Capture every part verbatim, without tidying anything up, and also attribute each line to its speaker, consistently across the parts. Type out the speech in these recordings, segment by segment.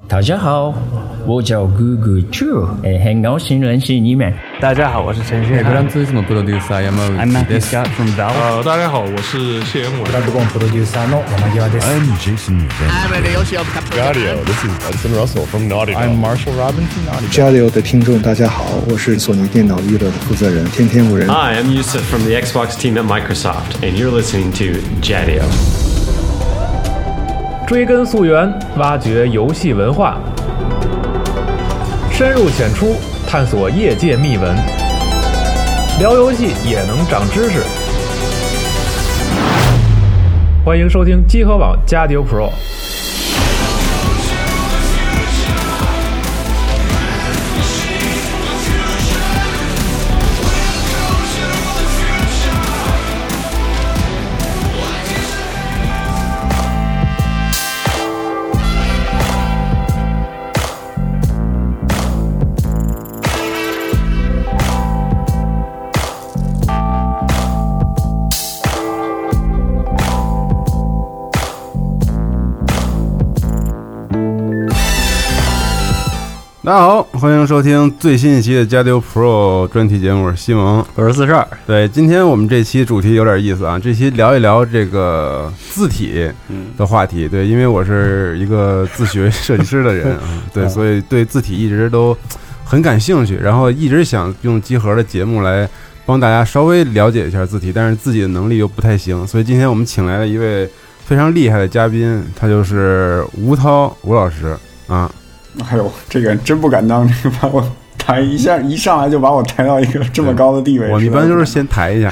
Speaker 1: 大家好，我叫 Google Chu， 哎，很高兴认识你们。
Speaker 2: 大家好，我是陈旭涵。
Speaker 3: I'm Matthew Scott from Valve。
Speaker 4: 呃，大家好，我是谢元伟。
Speaker 5: I'm Jason Van。
Speaker 6: I'm Yoshi
Speaker 7: Jadio. This is Hudson Russell from Naughty Dog.
Speaker 8: I'm Marshall Robin from Naughty
Speaker 9: Dog. Jadio 的听众大家好，我是索尼电脑娱乐的负责人天天无人。
Speaker 10: Hi, I'm Yusuf from the Xbox team at Microsoft, and you're listening to Jadio。
Speaker 2: 追根溯源，挖掘游戏文化，深入浅出，探索业界秘闻，聊游戏也能长知识。欢迎收听机核网加迪欧 Pro。
Speaker 11: 大家好，欢迎收听最新一期的加丢 Pro 专题节目，我是西蒙，
Speaker 3: 我是四十二。
Speaker 11: 对，今天我们这期主题有点意思啊，这期聊一聊这个字体的话题。对，因为我是一个自学设计师的人啊，对，所以对字体一直都很感兴趣，然后一直想用机核的节目来帮大家稍微了解一下字体，但是自己的能力又不太行，所以今天我们请来了一位非常厉害的嘉宾，他就是吴涛吴老师啊。
Speaker 8: 哎呦，这个真不敢当，这个把我抬一下，一上来就把我抬到一个这么高的地位。
Speaker 11: 我一般就是先抬一下，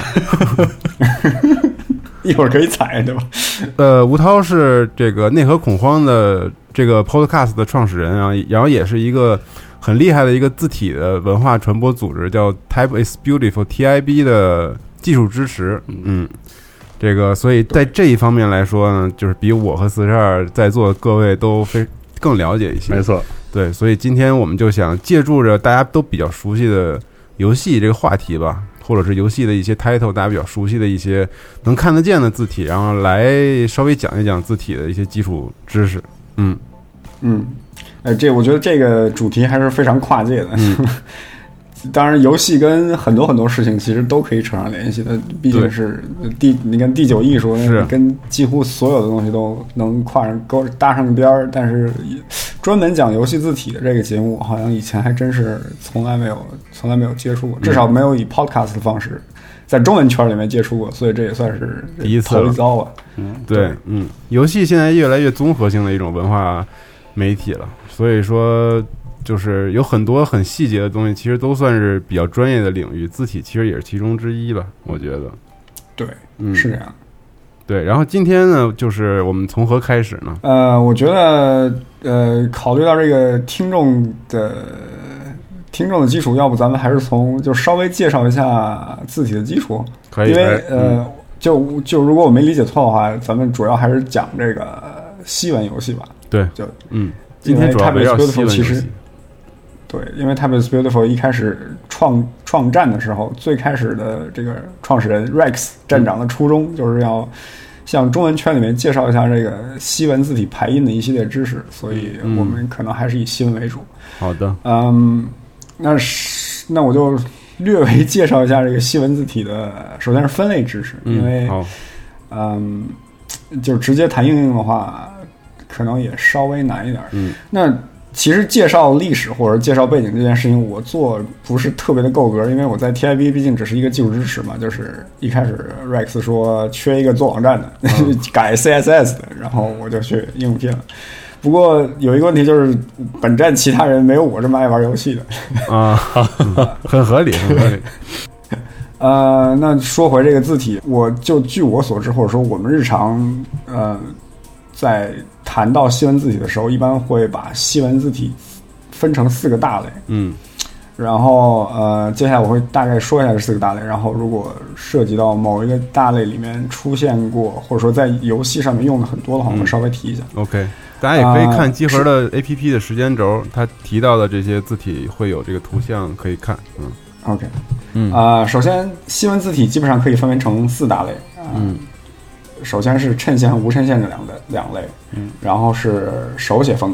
Speaker 8: 一会儿可以踩，对吧？
Speaker 11: 呃，吴涛是这个内核恐慌的这个 podcast 的创始人啊，然后也是一个很厉害的一个字体的文化传播组织，叫 Type is Beautiful T I B 的技术支持。嗯，这个所以在这一方面来说呢，就是比我和四十二在座的各位都非更了解一些。
Speaker 3: 没错。
Speaker 11: 对，所以今天我们就想借助着大家都比较熟悉的游戏这个话题吧，或者是游戏的一些 title 大家比较熟悉的一些能看得见的字体，然后来稍微讲一讲字体的一些基础知识。嗯
Speaker 8: 嗯，哎，这我觉得这个主题还是非常跨界的。
Speaker 11: 嗯
Speaker 8: 当然，游戏跟很多很多事情其实都可以扯上联系的，毕竟是第你看第九艺术，跟几乎所有的东西都能跨上勾搭上边儿。但是专门讲游戏字体的这个节目，好像以前还真是从来没有从来没有接触过，至少没有以 podcast 的方式在中文圈里面接触过，所以这也算是
Speaker 11: 第一次
Speaker 8: 头一遭啊。
Speaker 11: 嗯，对，嗯，游戏现在越来越综合性的一种文化媒体了，所以说。就是有很多很细节的东西，其实都算是比较专业的领域，字体其实也是其中之一吧，我觉得。
Speaker 8: 对，
Speaker 11: 嗯，
Speaker 8: 是这样。
Speaker 11: 对，然后今天呢，就是我们从何开始呢？
Speaker 8: 呃，我觉得，呃，考虑到这个听众的听众的基础，要不咱们还是从就稍微介绍一下字体的基础，
Speaker 11: 可以。
Speaker 8: 因为呃，嗯、就就如果我没理解错的话，咱们主要还是讲这个西文游戏吧。
Speaker 11: 对，
Speaker 8: 就
Speaker 11: 嗯，今天主要围绕西文游戏。
Speaker 8: 对，因为 Type is Beautiful 一开始创创站的时候，最开始的这个创始人 Rex 站长的初衷就是要向中文圈里面介绍一下这个西文字体排音的一系列知识，所以我们可能还是以西文为主。
Speaker 11: 好的，
Speaker 8: 嗯，那是那我就略微介绍一下这个西文字体的，首先是分类知识，因为嗯，就直接谈应用的话，可能也稍微难一点。
Speaker 11: 嗯，
Speaker 8: 那。其实介绍历史或者介绍背景这件事情，我做不是特别的够格，因为我在 T I B 毕竟只是一个技术支持嘛，就是一开始 Rex 说缺一个做网站的，嗯、改 C S S 的，然后我就去应聘了。不过有一个问题就是，本站其他人没有我这么爱玩游戏的
Speaker 11: 啊、嗯，很合理，很合理。
Speaker 8: 呃，那说回这个字体，我就据我所知，或者说我们日常呃。在谈到西文字体的时候，一般会把西文字体分成四个大类。
Speaker 11: 嗯，
Speaker 8: 然后呃，接下来我会大概说一下这四个大类。然后如果涉及到某一个大类里面出现过，或者说在游戏上面用的很多的话，我们稍微提一下。
Speaker 11: 嗯、OK， 大家也可以看机核的 A P P 的时间轴，它提到的这些字体会有这个图像可以看。嗯
Speaker 8: ，OK，
Speaker 11: 嗯
Speaker 8: 啊、呃，首先西文字体基本上可以分为成四大类。呃、
Speaker 11: 嗯。
Speaker 8: 首先是衬线和无衬线这两的两类，
Speaker 11: 嗯，
Speaker 8: 然后是手写风格，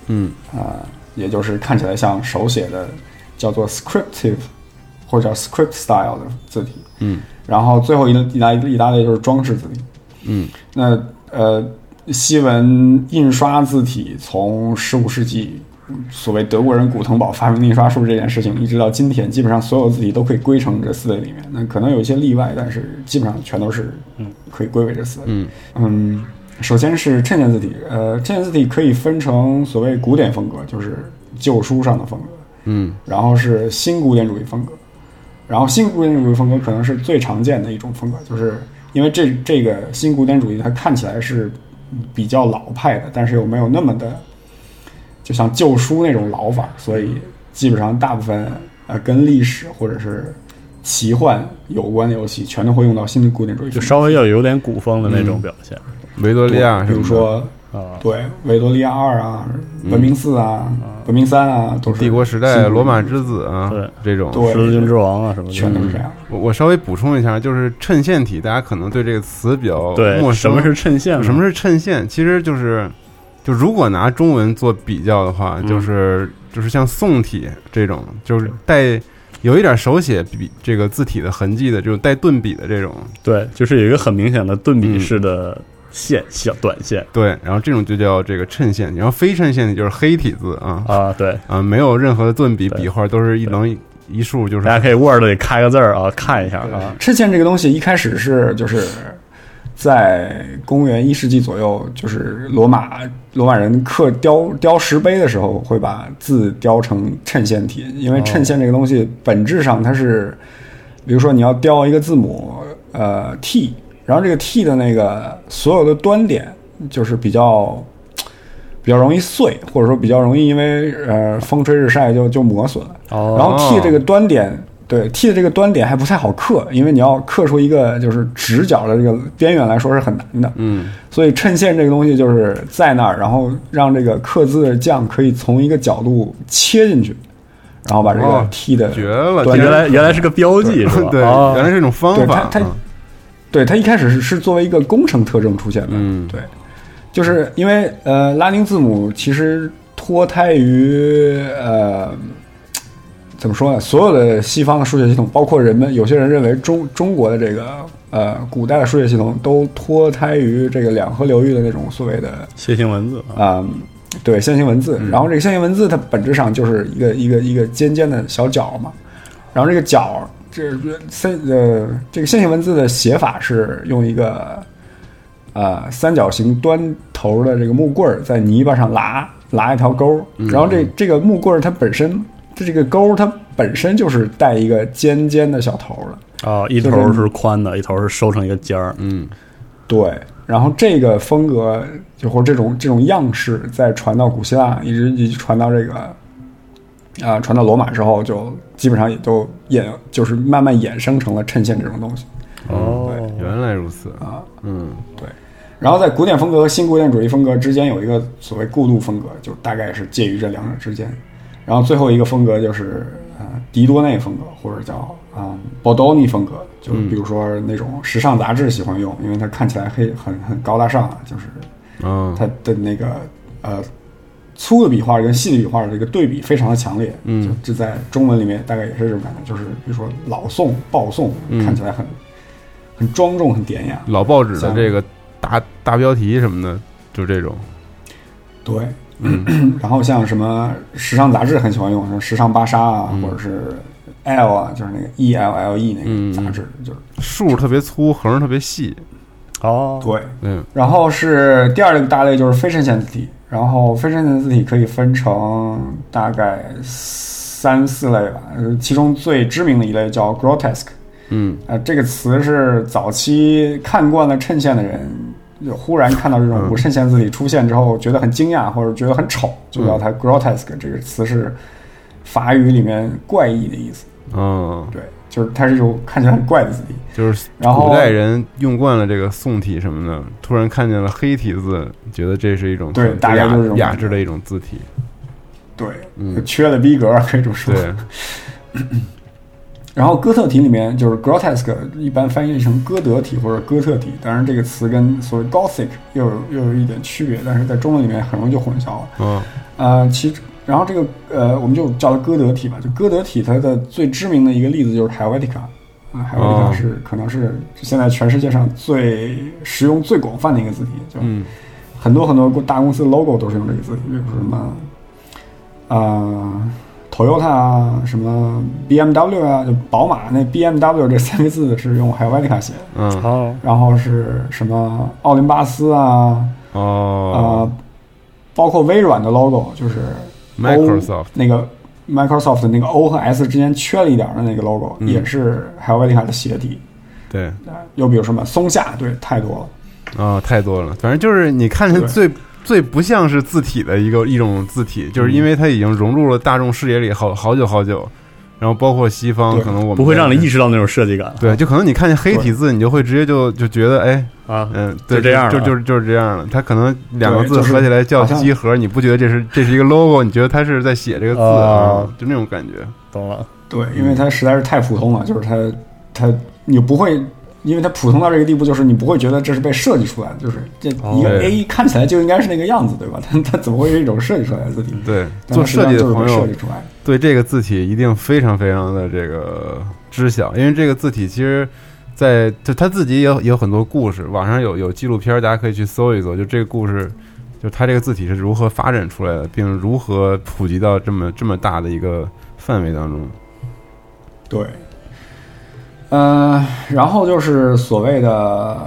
Speaker 11: 嗯
Speaker 8: 啊、呃，也就是看起来像手写的，叫做 scriptive 或者叫 script style 的字体。
Speaker 11: 嗯，
Speaker 8: 然后最后一一大一大类就是装饰字体。
Speaker 11: 嗯，
Speaker 8: 那呃，西文印刷字体从十五世纪所谓德国人古腾堡发明印刷术这件事情，一直到今天，基本上所有字体都可以归成这四类里面。那可能有一些例外，但是基本上全都是可以归为这四类。
Speaker 11: 嗯
Speaker 8: 嗯，首先是衬线字体，呃，衬线字体可以分成所谓古典风格，就是旧书上的风格。
Speaker 11: 嗯，
Speaker 8: 然后是新古典主义风格，然后新古典主义风格可能是最常见的一种风格，就是因为这这个新古典主义它看起来是比较老派的，但是又没有那么的。就像旧书那种老法，所以基本上大部分呃跟历史或者是奇幻有关的游戏，全都会用到新的古典主义，
Speaker 6: 就稍微要有点古风的那种表现。
Speaker 11: 嗯、维多利亚，
Speaker 8: 比如说
Speaker 6: 啊，
Speaker 8: 对，维多利亚二啊，文明四啊，嗯、文明三啊，都是
Speaker 11: 帝国时代、罗马之子啊，
Speaker 6: 对
Speaker 11: 这种
Speaker 8: 对，
Speaker 6: 十字军之王啊什么的，
Speaker 8: 全都是这样。
Speaker 11: 我我稍微补充一下，就是衬线体，大家可能对这个词比较陌生。
Speaker 6: 什么是衬线？
Speaker 11: 什么是衬线？其实就是。就如果拿中文做比较的话，就是、嗯、就是像宋体这种，就是带有一点手写笔这个字体的痕迹的这种带顿笔的这种，
Speaker 6: 对，就是有一个很明显的顿笔式的线，小、嗯、短线，
Speaker 11: 对，然后这种就叫这个衬线，然后非衬线就是黑体字啊
Speaker 6: 啊，对
Speaker 11: 啊，没有任何的顿笔笔画，都是一棱一竖，就是
Speaker 6: 大家可以 Word 里开个字儿啊，看一下啊。
Speaker 8: 衬线这个东西一开始是就是。在公元一世纪左右，就是罗马罗马人刻雕雕石碑的时候，会把字雕成衬线体，因为衬线这个东西本质上它是，比如说你要雕一个字母，呃 T， 然后这个 T 的那个所有的端点就是比较比较容易碎，或者说比较容易因为呃风吹日晒就就磨损了。
Speaker 6: 哦，
Speaker 8: 然后 T 这个端点。对 T 的这个端点还不太好刻，因为你要刻出一个就是直角的这个边缘来说是很难的。
Speaker 11: 嗯，
Speaker 8: 所以衬线这个东西就是在那儿，然后让这个刻字的匠可以从一个角度切进去，然后把这个 T 的
Speaker 11: 绝了，
Speaker 6: 原来原来是个标记是吧？
Speaker 11: 对，
Speaker 6: 哦、
Speaker 11: 原来是这种方法。
Speaker 8: 对它它，对它一开始是是作为一个工程特征出现的。
Speaker 11: 嗯，
Speaker 8: 对，就是因为呃拉丁字母其实脱胎于呃。怎么说呢？所有的西方的数学系统，包括人们有些人认为中中国的这个呃古代的数学系统，都脱胎于这个两河流域的那种所谓的
Speaker 6: 楔形文字
Speaker 8: 啊、呃，对楔形文字。
Speaker 11: 嗯、
Speaker 8: 然后这个楔形文字它本质上就是一个一个一个尖尖的小角嘛。然后这个角，这三呃这个楔形文字的写法是用一个呃三角形端头的这个木棍在泥巴上拉拉一条钩，
Speaker 11: 嗯、
Speaker 8: 然后这这个木棍它本身。这个钩它本身就是带一个尖尖的小头的
Speaker 6: 啊、哦，一头是宽的，一头是收成一个尖儿。
Speaker 11: 嗯，
Speaker 8: 对。然后这个风格就或这种这种样式，再传到古希腊，一直一直传到这个啊、呃，传到罗马之后，就基本上也就衍就是慢慢衍生成了衬线这种东西。
Speaker 11: 哦，原来如此
Speaker 8: 啊，
Speaker 11: 嗯，
Speaker 8: 对。然后在古典风格和新古典主义风格之间有一个所谓过渡风格，就大概是介于这两者之间。然后最后一个风格就是呃迪多内风格，或者叫啊波多尼风格，就比如说那种时尚杂志喜欢用，因为它看起来很很很高大上啊，就是
Speaker 11: 嗯
Speaker 8: 它的那个呃粗的笔画跟细的笔画的这个对比非常的强烈，
Speaker 11: 嗯，
Speaker 8: 就这在中文里面大概也是这种感觉，就是比如说老宋、报宋，
Speaker 11: 嗯、
Speaker 8: 看起来很很庄重、很典雅，
Speaker 11: 老报纸的这个大大标题什么的，就这种，
Speaker 8: 对。嗯，然后像什么时尚杂志很喜欢用，像时尚芭莎啊，
Speaker 11: 嗯、
Speaker 8: 或者是 L 啊，就是那个 E L L E 那个杂志，
Speaker 11: 嗯、
Speaker 8: 就是
Speaker 11: 竖特别粗，横特别细。
Speaker 6: 哦，
Speaker 8: 对，
Speaker 11: 嗯。
Speaker 8: 然后是第二个大类就是非衬线字体，然后非衬线字体可以分成大概三四类吧，其中最知名的一类叫 grotesque。
Speaker 11: 嗯，
Speaker 8: 呃，这个词是早期看惯了衬线的人。就忽然看到这种无衬线字体出现之后，觉得很惊讶或者觉得很丑，就叫它 grotesque。这个词是法语里面怪异的意思。
Speaker 11: 嗯，
Speaker 8: 对，就是它是一种看起来很怪的字体。
Speaker 11: 就是古代人用惯了这个宋体什么的，突然看见了黑体字，觉得这是一种
Speaker 8: 对，大概就是这种
Speaker 11: 雅致的一种字体。
Speaker 8: 对，
Speaker 11: 嗯，
Speaker 8: 缺了逼格可以这么说。
Speaker 11: 对。
Speaker 8: 然后哥特体里面就是 grotesque 一般翻译成哥德体或者哥特体，当然这个词跟所谓 gothic 又有又有一点区别，但是在中文里面很容易就混淆了。
Speaker 11: 嗯，
Speaker 8: 呃，其实然后这个呃我们就叫它哥德体吧，就哥德体它的最知名的一个例子就是 Helvetica。啊 Helvetica 是、哦、可能是现在全世界上最使用最广泛的一个字体，就很多很多大公司的 logo 都是用这个字体，比如说什么呃 Toyota 啊，什么 B M W 啊，就宝马那 B M W 这三个字是用 Helvetica 写的，
Speaker 11: 嗯，好，
Speaker 8: 然后是什么奥林巴斯啊，
Speaker 11: 哦，
Speaker 8: 呃，包括微软的 logo 就是
Speaker 11: Microsoft
Speaker 8: 那个。Microsoft 的那个 O 和 S 之间缺了一点的那个 logo、嗯、也是 Helvetica 的斜体。
Speaker 11: 对，
Speaker 8: 又比如什么松下，对，太多了
Speaker 11: 啊、哦，太多了。反正就是你看着最最不像是字体的一个一种字体，就是因为它已经融入了大众视野里好好久好久。然后包括西方，可能我们
Speaker 6: 不会让你意识到那种设计感。
Speaker 11: 对，就可能你看见黑体字，你就会直接就就觉得，哎
Speaker 6: 啊，
Speaker 11: 嗯，
Speaker 6: 就这样，
Speaker 11: 就就是就是这样了。它可能两个字合起来叫集合，你不觉得这是这是一个 logo？ 你觉得它是在写这个字啊？就那种感觉。
Speaker 6: 懂了。
Speaker 8: 对，因为它实在是太普通了，就是它它你不会。因为它普通到这个地步，就是你不会觉得这是被设计出来的，就是这一个 A 看起来就应该是那个样子，对吧？它它怎么会是一种设计出来的字体？
Speaker 11: 对，做设计的朋友
Speaker 8: 设计出来
Speaker 11: 对这个字体一定非常非常的这个知晓，因为这个字体其实在就他自己也有也有很多故事，网上有有纪录片，大家可以去搜一搜，就这个故事，就他这个字体是如何发展出来的，并如何普及到这么这么大的一个范围当中。
Speaker 8: 对。呃，然后就是所谓的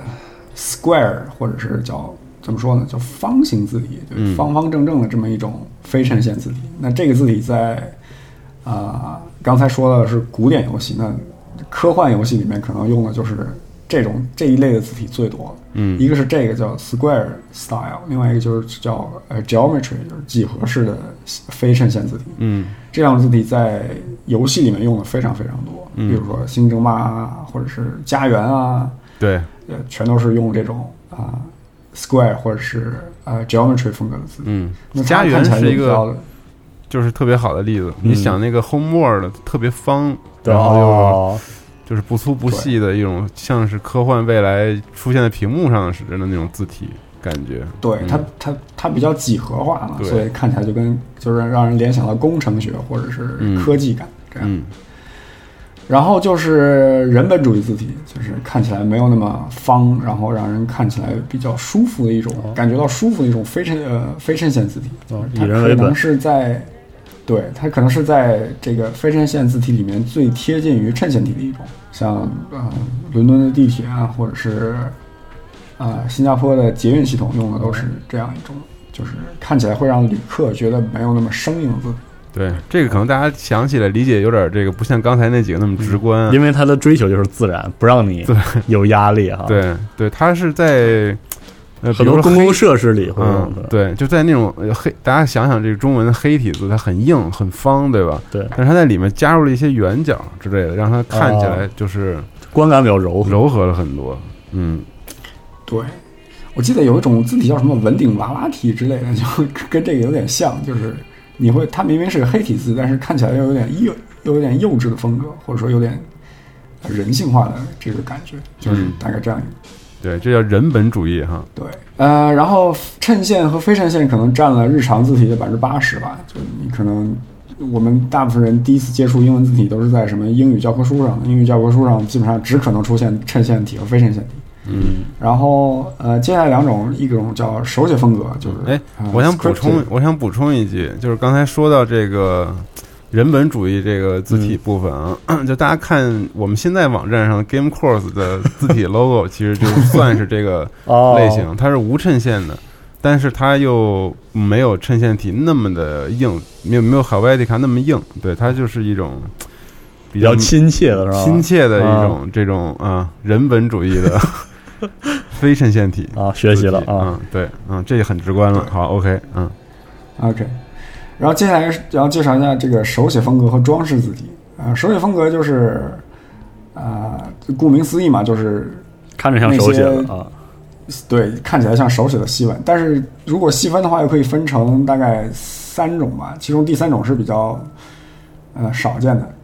Speaker 8: square 或者是叫怎么说呢，叫方形字体，就是方方正正的这么一种非衬线字体。嗯、那这个字体在啊、呃，刚才说的是古典游戏，那科幻游戏里面可能用的就是这种这一类的字体最多。
Speaker 11: 嗯，
Speaker 8: 一个是这个叫 square style， 另外一个就是叫呃 geometry， 就是几何式的非衬线字体。
Speaker 11: 嗯，这
Speaker 8: 样的字体在游戏里面用的非常非常多，
Speaker 11: 嗯、
Speaker 8: 比如说星争霸啊，或者是家园啊，
Speaker 11: 对，
Speaker 8: 呃，全都是用这种啊、呃、square 或者是呃 geometry 风格的字体。
Speaker 11: 嗯，
Speaker 8: 那
Speaker 11: 家园是一个就是特别好的例子。
Speaker 8: 嗯、
Speaker 11: 你想那个 Homeworld 特别方，
Speaker 6: 然
Speaker 11: 后又就是不粗不细的一种，像是科幻未来出现在屏幕上时的那种字体感觉。
Speaker 8: 对，
Speaker 11: 嗯、
Speaker 8: 它它它比较几何化嘛，所以看起来就跟就是让人联想到工程学或者是科技感、嗯、这样。
Speaker 11: 嗯。
Speaker 8: 然后就是人本主义字体，就是看起来没有那么方，然后让人看起来比较舒服的一种，哦、感觉到舒服的一种非衬呃非衬线字体。
Speaker 6: 哦，以人为本。
Speaker 8: 它可能是在。对，它可能是在这个非衬线字体里面最贴近于衬线体的一种，像呃伦敦的地铁啊，或者是啊、呃、新加坡的捷运系统用的都是这样一种，就是看起来会让旅客觉得没有那么生硬的字体。
Speaker 11: 对，这个可能大家想起来理解有点这个不像刚才那几个那么直观，
Speaker 6: 因为它的追求就是自然，不让你有压力哈。
Speaker 11: 对对，它是在。呃，
Speaker 6: 很多公共设施里会用的、
Speaker 11: 嗯，对，就在那种黑，大家想想这个中文的黑体字，它很硬很方，对吧？
Speaker 6: 对，
Speaker 11: 但是它在里面加入了一些圆角之类的，让它看起来就是
Speaker 6: 观感比较柔
Speaker 11: 柔和了很多。嗯，
Speaker 8: 对，我记得有一种字体叫什么文鼎娃娃体之类的，就跟这个有点像，就是你会它明明是个黑体字，但是看起来又有点幼又有点幼稚的风格，或者说有点人性化的这个感觉，就是大概这样一个。
Speaker 11: 嗯对，这叫人本主义哈。
Speaker 8: 对，呃，然后衬线和非衬线可能占了日常字体的百分之八十吧。就你可能我们大部分人第一次接触英文字体都是在什么英语教科书上，英语教科书上基本上只可能出现衬线体和非衬线体。
Speaker 11: 嗯，
Speaker 8: 然后呃，接下来两种，一种叫手写风格，就是
Speaker 11: 哎、呃，我想补充，我想补充一句，就是刚才说到这个。人本主义这个字体部分啊，嗯、就大家看我们现在网站上 Game Course 的字体 logo， 其实就算是这个类型，
Speaker 6: 哦、
Speaker 11: 它是无衬线的，但是它又没有衬线体那么的硬，没有没有 Helvetica 那么硬，对，它就是一种
Speaker 6: 比较亲切的是吧？
Speaker 11: 亲切的一种、啊、这种啊人本主义的非衬线体
Speaker 6: 啊，学习了啊、
Speaker 11: 嗯，对，嗯，这也很直观了。好 ，OK， 嗯
Speaker 8: ，OK。然后接下来然后介绍一下这个手写风格和装饰字体啊、呃，手写风格就是啊、呃，顾名思义嘛，就是
Speaker 6: 看着像手写的啊，
Speaker 8: 对，看起来像手写的细纹。但是如果细分的话，又可以分成大概三种吧，其中第三种是比较呃少见的。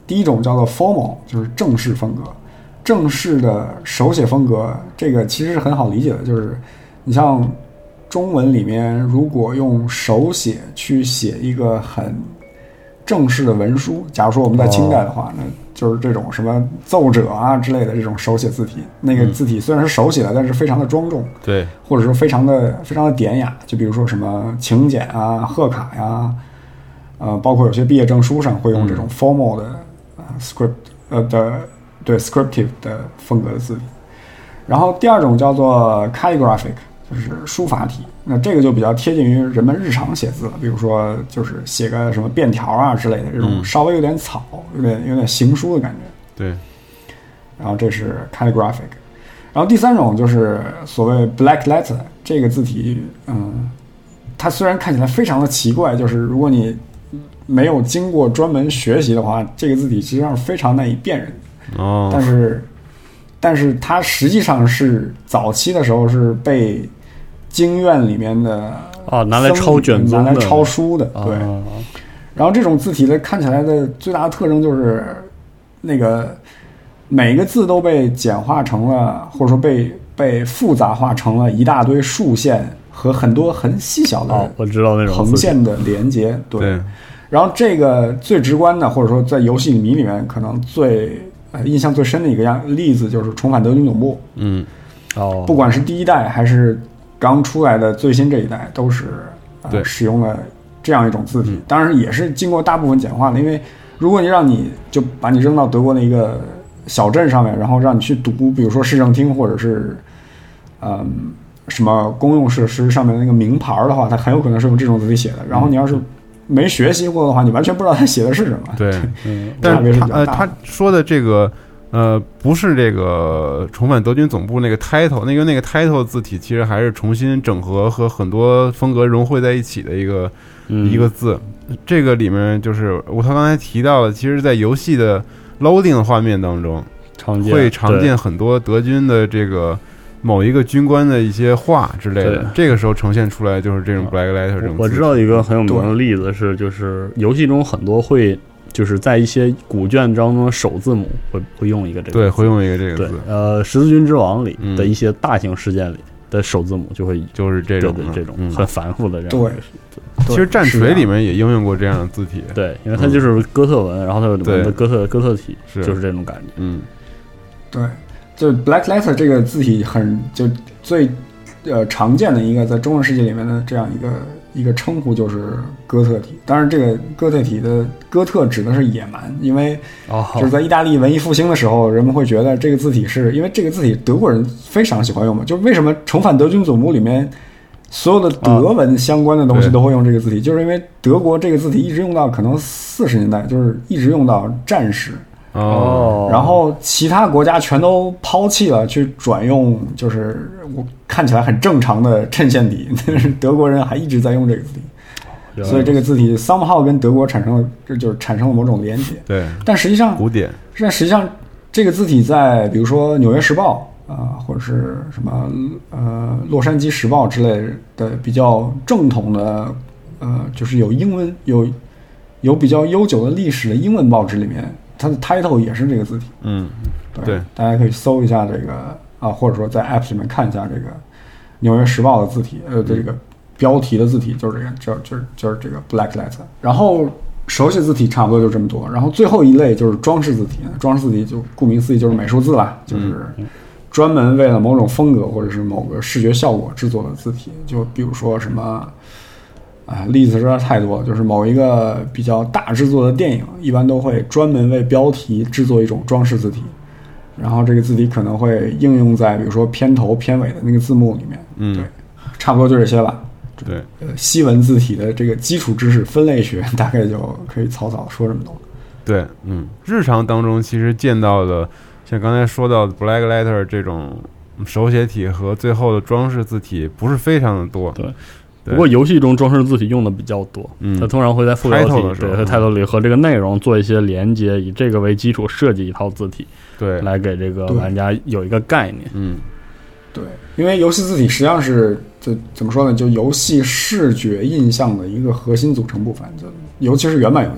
Speaker 8: 第一种叫做 formal， 就是正式风格。正式的手写风格，这个其实是很好理解的，就是你像中文里面，如果用手写去写一个很正式的文书，假如说我们在清代的话，哦、那就是这种什么奏折啊之类的这种手写字体，那个字体虽然是手写的，但是非常的庄重，
Speaker 11: 对，
Speaker 8: 或者说非常的非常的典雅。就比如说什么请柬啊、贺卡呀，呃，包括有些毕业证书上会用这种 formal 的、呃、script 呃的。对 scriptive 的风格的字体。然后第二种叫做 calligraphic， 就是书法体，那这个就比较贴近于人们日常写字了，比如说就是写个什么便条啊之类的，这种稍微有点草、有点有点行书的感觉。
Speaker 11: 对。
Speaker 8: 然后这是 calligraphic。然后第三种就是所谓 black letter， 这个字体，嗯，它虽然看起来非常的奇怪，就是如果你没有经过专门学习的话，这个字体实际上是非常难以辨认的。
Speaker 11: 哦，
Speaker 8: 但是，但是它实际上是早期的时候是被经院里面的
Speaker 6: 啊拿来抄卷宗的，
Speaker 8: 拿来抄书的，对。
Speaker 6: 哦、
Speaker 8: 然后这种字体的看起来的最大的特征就是那个每个字都被简化成了，或者说被被复杂化成了一大堆竖线和很多很细小的、
Speaker 6: 哦、我知道那种
Speaker 8: 横线的连接，对。
Speaker 11: 对
Speaker 8: 然后这个最直观的，或者说在游戏迷里面可能最呃，印象最深的一个样例子就是重返德军总部。
Speaker 11: 嗯，
Speaker 8: 哦，不管是第一代还是刚出来的最新这一代，都是、呃、使用了这样一种字体。
Speaker 11: 嗯、
Speaker 8: 当然也是经过大部分简化的，因为如果你让你就把你扔到德国的一个小镇上面，然后让你去读，比如说市政厅或者是嗯什么公用设施上面的那个名牌的话，它很有可能是用这种字体写的。然后你要是没学习过的话，你完全不知道他写的是什么。
Speaker 11: 对，
Speaker 8: 嗯，
Speaker 11: 但是他呃，他说的这个呃，不是这个重返德军总部那个 title， 那个那个 title 字体其实还是重新整合和很多风格融汇在一起的一个、嗯、一个字。这个里面就是我他刚才提到的，其实在游戏的 loading 的画面当中，
Speaker 6: 常见
Speaker 11: 会常见很多德军的这个。某一个军官的一些话之类的，这个时候呈现出来就是这种 black letter 这种。
Speaker 6: 我知道一个很有名的例子是，就是游戏中很多会就是在一些古卷当中的首字母会会用一个这个字，
Speaker 11: 对，会用一个这个字。
Speaker 6: 呃，十字军之王里的一些大型事件里的首字母就会
Speaker 11: 就是这种
Speaker 6: 对对这种很繁复的这样。
Speaker 8: 对，
Speaker 11: 其实战锤里面也应用过这样的字体。
Speaker 6: 对，因为它就是哥特文，然后它有的哥特哥特体，就是这种感觉。
Speaker 11: 嗯，
Speaker 8: 对。就 black letter 这个字体很就最呃常见的一个在中文世界里面的这样一个一个称呼就是哥特体。当然这个哥特体的哥特指的是野蛮，因为就是在意大利文艺复兴的时候，人们会觉得这个字体是因为这个字体德国人非常喜欢用嘛，就为什么重返德军总部里面所有的德文相关的东西都会用这个字体、啊、就是因为德国这个字体一直用到可能四十年代，就是一直用到战时
Speaker 11: 哦，
Speaker 8: 然后其他国家全都抛弃了，去转用就是我看起来很正常的衬线体，但是德国人还一直在用这个字体，所以这个字体 somehow 跟德国产生了，这就是产生了某种连接。
Speaker 11: 对，
Speaker 8: 但实际上
Speaker 11: 古典，
Speaker 8: 但实际上这个字体在比如说《纽约时报》啊、呃，或者是什么呃《洛杉矶时报》之类的比较正统的呃，就是有英文有有比较悠久的历史的英文报纸里面。它的 title 也是这个字体，
Speaker 11: 嗯，
Speaker 8: 对，
Speaker 11: 对，
Speaker 8: 大家可以搜一下这个啊，或者说在 app 里面看一下这个《纽约时报》的字体，呃，这个标题的字体就是这个，就就是就是这个 black letter。然后手写字体差不多就这么多，然后最后一类就是装饰字体，装饰字体就顾名思义就是美术字啦，就是专门为了某种风格或者是某个视觉效果制作的字体，就比如说什么。啊，例子实在太多了，就是某一个比较大制作的电影，一般都会专门为标题制作一种装饰字体，然后这个字体可能会应用在比如说片头、片尾的那个字幕里面。
Speaker 11: 嗯，
Speaker 8: 对，差不多就这些吧。
Speaker 11: 对，
Speaker 8: 呃，西文字体的这个基础知识分类学大概就可以草草说这么多。
Speaker 11: 对，嗯，日常当中其实见到的，像刚才说到的 black letter 这种手写体和最后的装饰字体不是非常的多。
Speaker 6: 对。不过游戏中装饰字体用的比较多，
Speaker 11: 嗯，
Speaker 6: 它通常会在副标题对和 title 里和这个内容做一些连接，以这个为基础设计一套字体，
Speaker 11: 对，
Speaker 6: 来给这个玩家有一个概念。
Speaker 11: 嗯，
Speaker 8: 对，因为游戏字体实际上是就怎么说呢，就游戏视觉印象的一个核心组成部分，就尤其是原版游戏，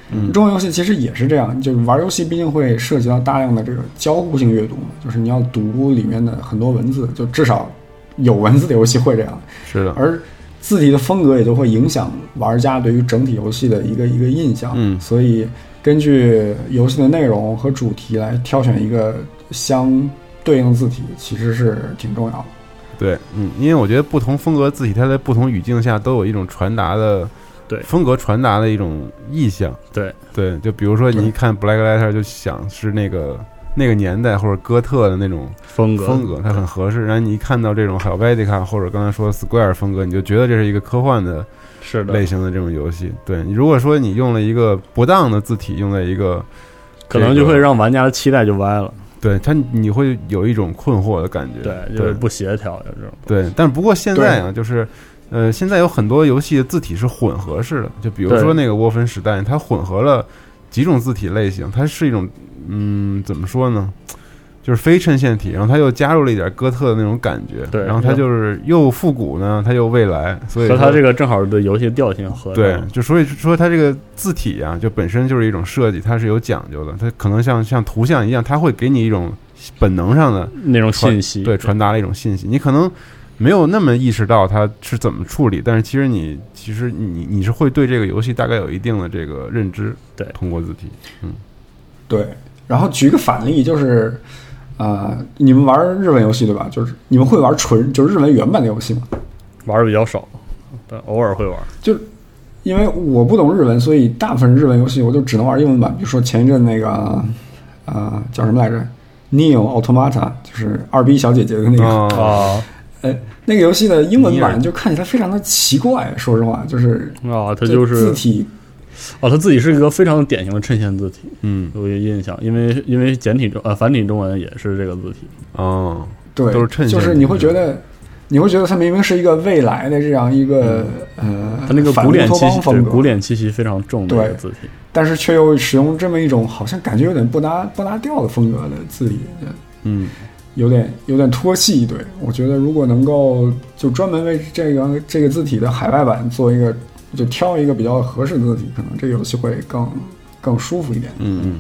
Speaker 8: 嗯，中文游戏其实也是这样，就是玩游戏毕竟会涉及到大量的这个交互性阅读嘛，就是你要读里面的很多文字，就至少有文字的游戏会这样。
Speaker 11: 是的，
Speaker 8: 而字体的风格也就会影响玩家对于整体游戏的一个一个印象。
Speaker 11: 嗯，
Speaker 8: 所以根据游戏的内容和主题来挑选一个相对应的字体，其实是挺重要的。
Speaker 11: 对，嗯，因为我觉得不同风格字体，它在不同语境下都有一种传达的。
Speaker 6: 对
Speaker 11: 风格传达的一种意象，
Speaker 6: 对
Speaker 11: 对，就比如说你一看 Black Letter 就想是那个那个年代或者哥特的那种
Speaker 6: 风格，
Speaker 11: 风格它很合适。然后你一看到这种 Helvetica 或者刚才说 Square 风格，你就觉得这是一个科幻的类型的这种游戏。对，你如果说你用了一个不当的字体，用在一个，
Speaker 6: 可能就会让玩家的期待就歪了。
Speaker 11: 对它，你会有一种困惑的感觉，
Speaker 6: 对，就是不协调的这种。
Speaker 11: 对，但不过现在啊，就是。呃，现在有很多游戏的字体是混合式的，就比如说那个沃芬时代，它混合了几种字体类型，它是一种，嗯，怎么说呢，就是非衬线体，然后它又加入了一点哥特的那种感觉，
Speaker 6: 对，
Speaker 11: 然后它就是又复古呢，它又未来，所以
Speaker 6: 和它这个正好的游戏调性合。
Speaker 11: 对，就所以说它这个字体啊，就本身就是一种设计，它是有讲究的，它可能像像图像一样，它会给你一种本能上的
Speaker 6: 那种信息，
Speaker 11: 对，传达了一种信息，你可能。没有那么意识到它是怎么处理，但是其实你其实你你是会对这个游戏大概有一定的这个认知，
Speaker 6: 对，
Speaker 11: 通过字体，嗯，
Speaker 8: 对。然后举个反例，就是呃，你们玩日文游戏对吧？就是你们会玩纯就是日文原版的游戏吗？
Speaker 6: 玩的比较少，但偶尔会玩。
Speaker 8: 就因为我不懂日文，所以大部分日文游戏我就只能玩英文版。比如说前一阵那个呃叫什么来着 ，Neo Automata， 就是二 B 小姐姐的那个
Speaker 6: 啊。哦
Speaker 8: 呃，那个游戏的英文版就看起来非常的奇怪，说实话，就是
Speaker 6: 啊，它就是
Speaker 8: 字体，
Speaker 6: 哦，它自己是一个非常典型的衬线字体，
Speaker 11: 嗯，
Speaker 6: 有一个印象，因为因为简体中呃繁体中文也是这个字体，
Speaker 11: 哦，
Speaker 8: 对，
Speaker 11: 都是衬线，
Speaker 8: 就是你会觉得，你会觉得它明明是一个未来的这样一个、嗯、呃，
Speaker 6: 它那个古典气息，古典气息非常重的一个字体，
Speaker 8: 但是却又使用这么一种好像感觉有点不搭不搭调的风格的字体，
Speaker 11: 嗯。
Speaker 8: 有点有点脱戏，对，我觉得如果能够就专门为这个这个字体的海外版做一个，就挑一个比较合适的字体，可能这个游戏会更更舒服一点。
Speaker 11: 嗯嗯。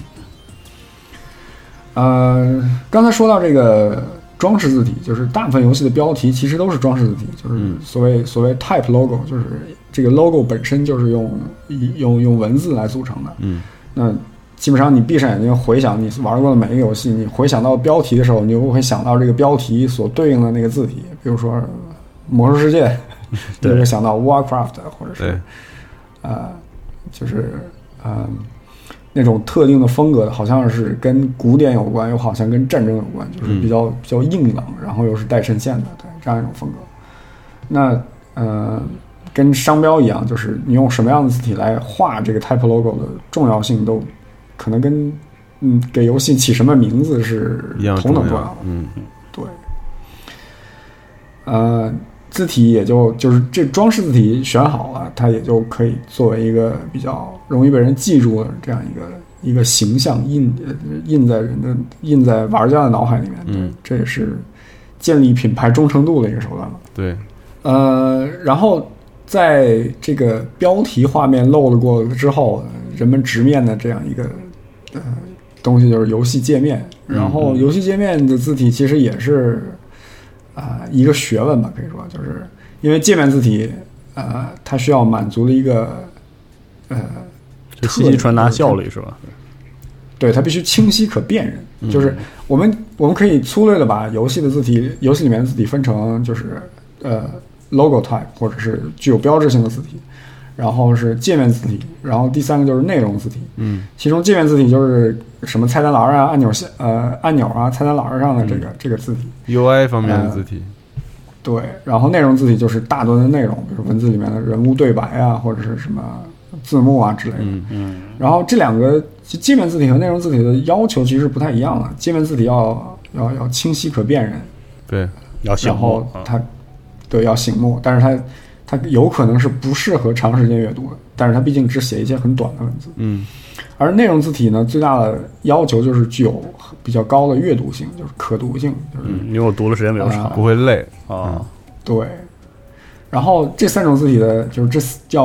Speaker 8: 呃，刚才说到这个装饰字体，就是大部分游戏的标题其实都是装饰字体，就是所谓、嗯、所谓 type logo， 就是这个 logo 本身就是用用用文字来组成的。
Speaker 11: 嗯，
Speaker 8: 那。基本上你闭上眼睛回想你玩过的每一个游戏，你回想到标题的时候，你就会想到这个标题所对应的那个字体，比如说魔兽世界，你会想到 Warcraft， 或者是呃，就是呃那种特定的风格，好像是跟古典有关，又好像跟战争有关，就是比较、嗯、比较硬朗，然后又是带衬线的，对，这样一种风格。那呃，跟商标一样，就是你用什么样的字体来画这个 type logo 的重要性都。可能跟嗯给游戏起什么名字是同等重要的，
Speaker 11: 嗯，
Speaker 8: 对。呃，字体也就就是这装饰字体选好了，它也就可以作为一个比较容易被人记住的这样一个一个形象印印在人的印在玩家的脑海里面，
Speaker 11: 嗯，
Speaker 8: 这也是建立品牌忠诚度的一个手段了。
Speaker 11: 对，
Speaker 8: 呃，然后在这个标题画面漏了过之后，人们直面的这样一个。呃，东西就是游戏界面，然后游戏界面的字体其实也是啊、呃、一个学问吧，可以说，就是因为界面字体呃它需要满足的一个呃
Speaker 6: 就信息传达效率是吧？
Speaker 8: 对，它必须清晰可辨认。
Speaker 11: 嗯、
Speaker 8: 就是我们我们可以粗略的把游戏的字体，游戏里面的字体分成就是呃 logo type 或者是具有标志性的字体。然后是界面字体，然后第三个就是内容字体。
Speaker 11: 嗯，
Speaker 8: 其中界面字体就是什么菜单栏啊、按钮呃按钮啊、菜单栏上的这个、嗯、这个字体
Speaker 11: ，U I 方面的字体、
Speaker 8: 呃。对，然后内容字体就是大段的内容，比如文字里面的人物对白啊，或者是什么字幕啊之类的。
Speaker 11: 嗯
Speaker 6: 嗯。
Speaker 8: 然后这两个界面字体和内容字体的要求其实不太一样的，界面字体要要要清晰可辨认，
Speaker 11: 对，
Speaker 6: 要醒目，
Speaker 8: 然后它、嗯、对要醒目，但是它。它有可能是不适合长时间阅读的，但是它毕竟只写一些很短的文字。
Speaker 11: 嗯，
Speaker 8: 而内容字体呢，最大的要求就是具有比较高的阅读性，就是可读性，就是
Speaker 6: 嗯、因为我读的时间比较长，
Speaker 8: 呃、
Speaker 11: 不会累
Speaker 6: 啊、嗯。
Speaker 8: 对，然后这三种字体的，就是这叫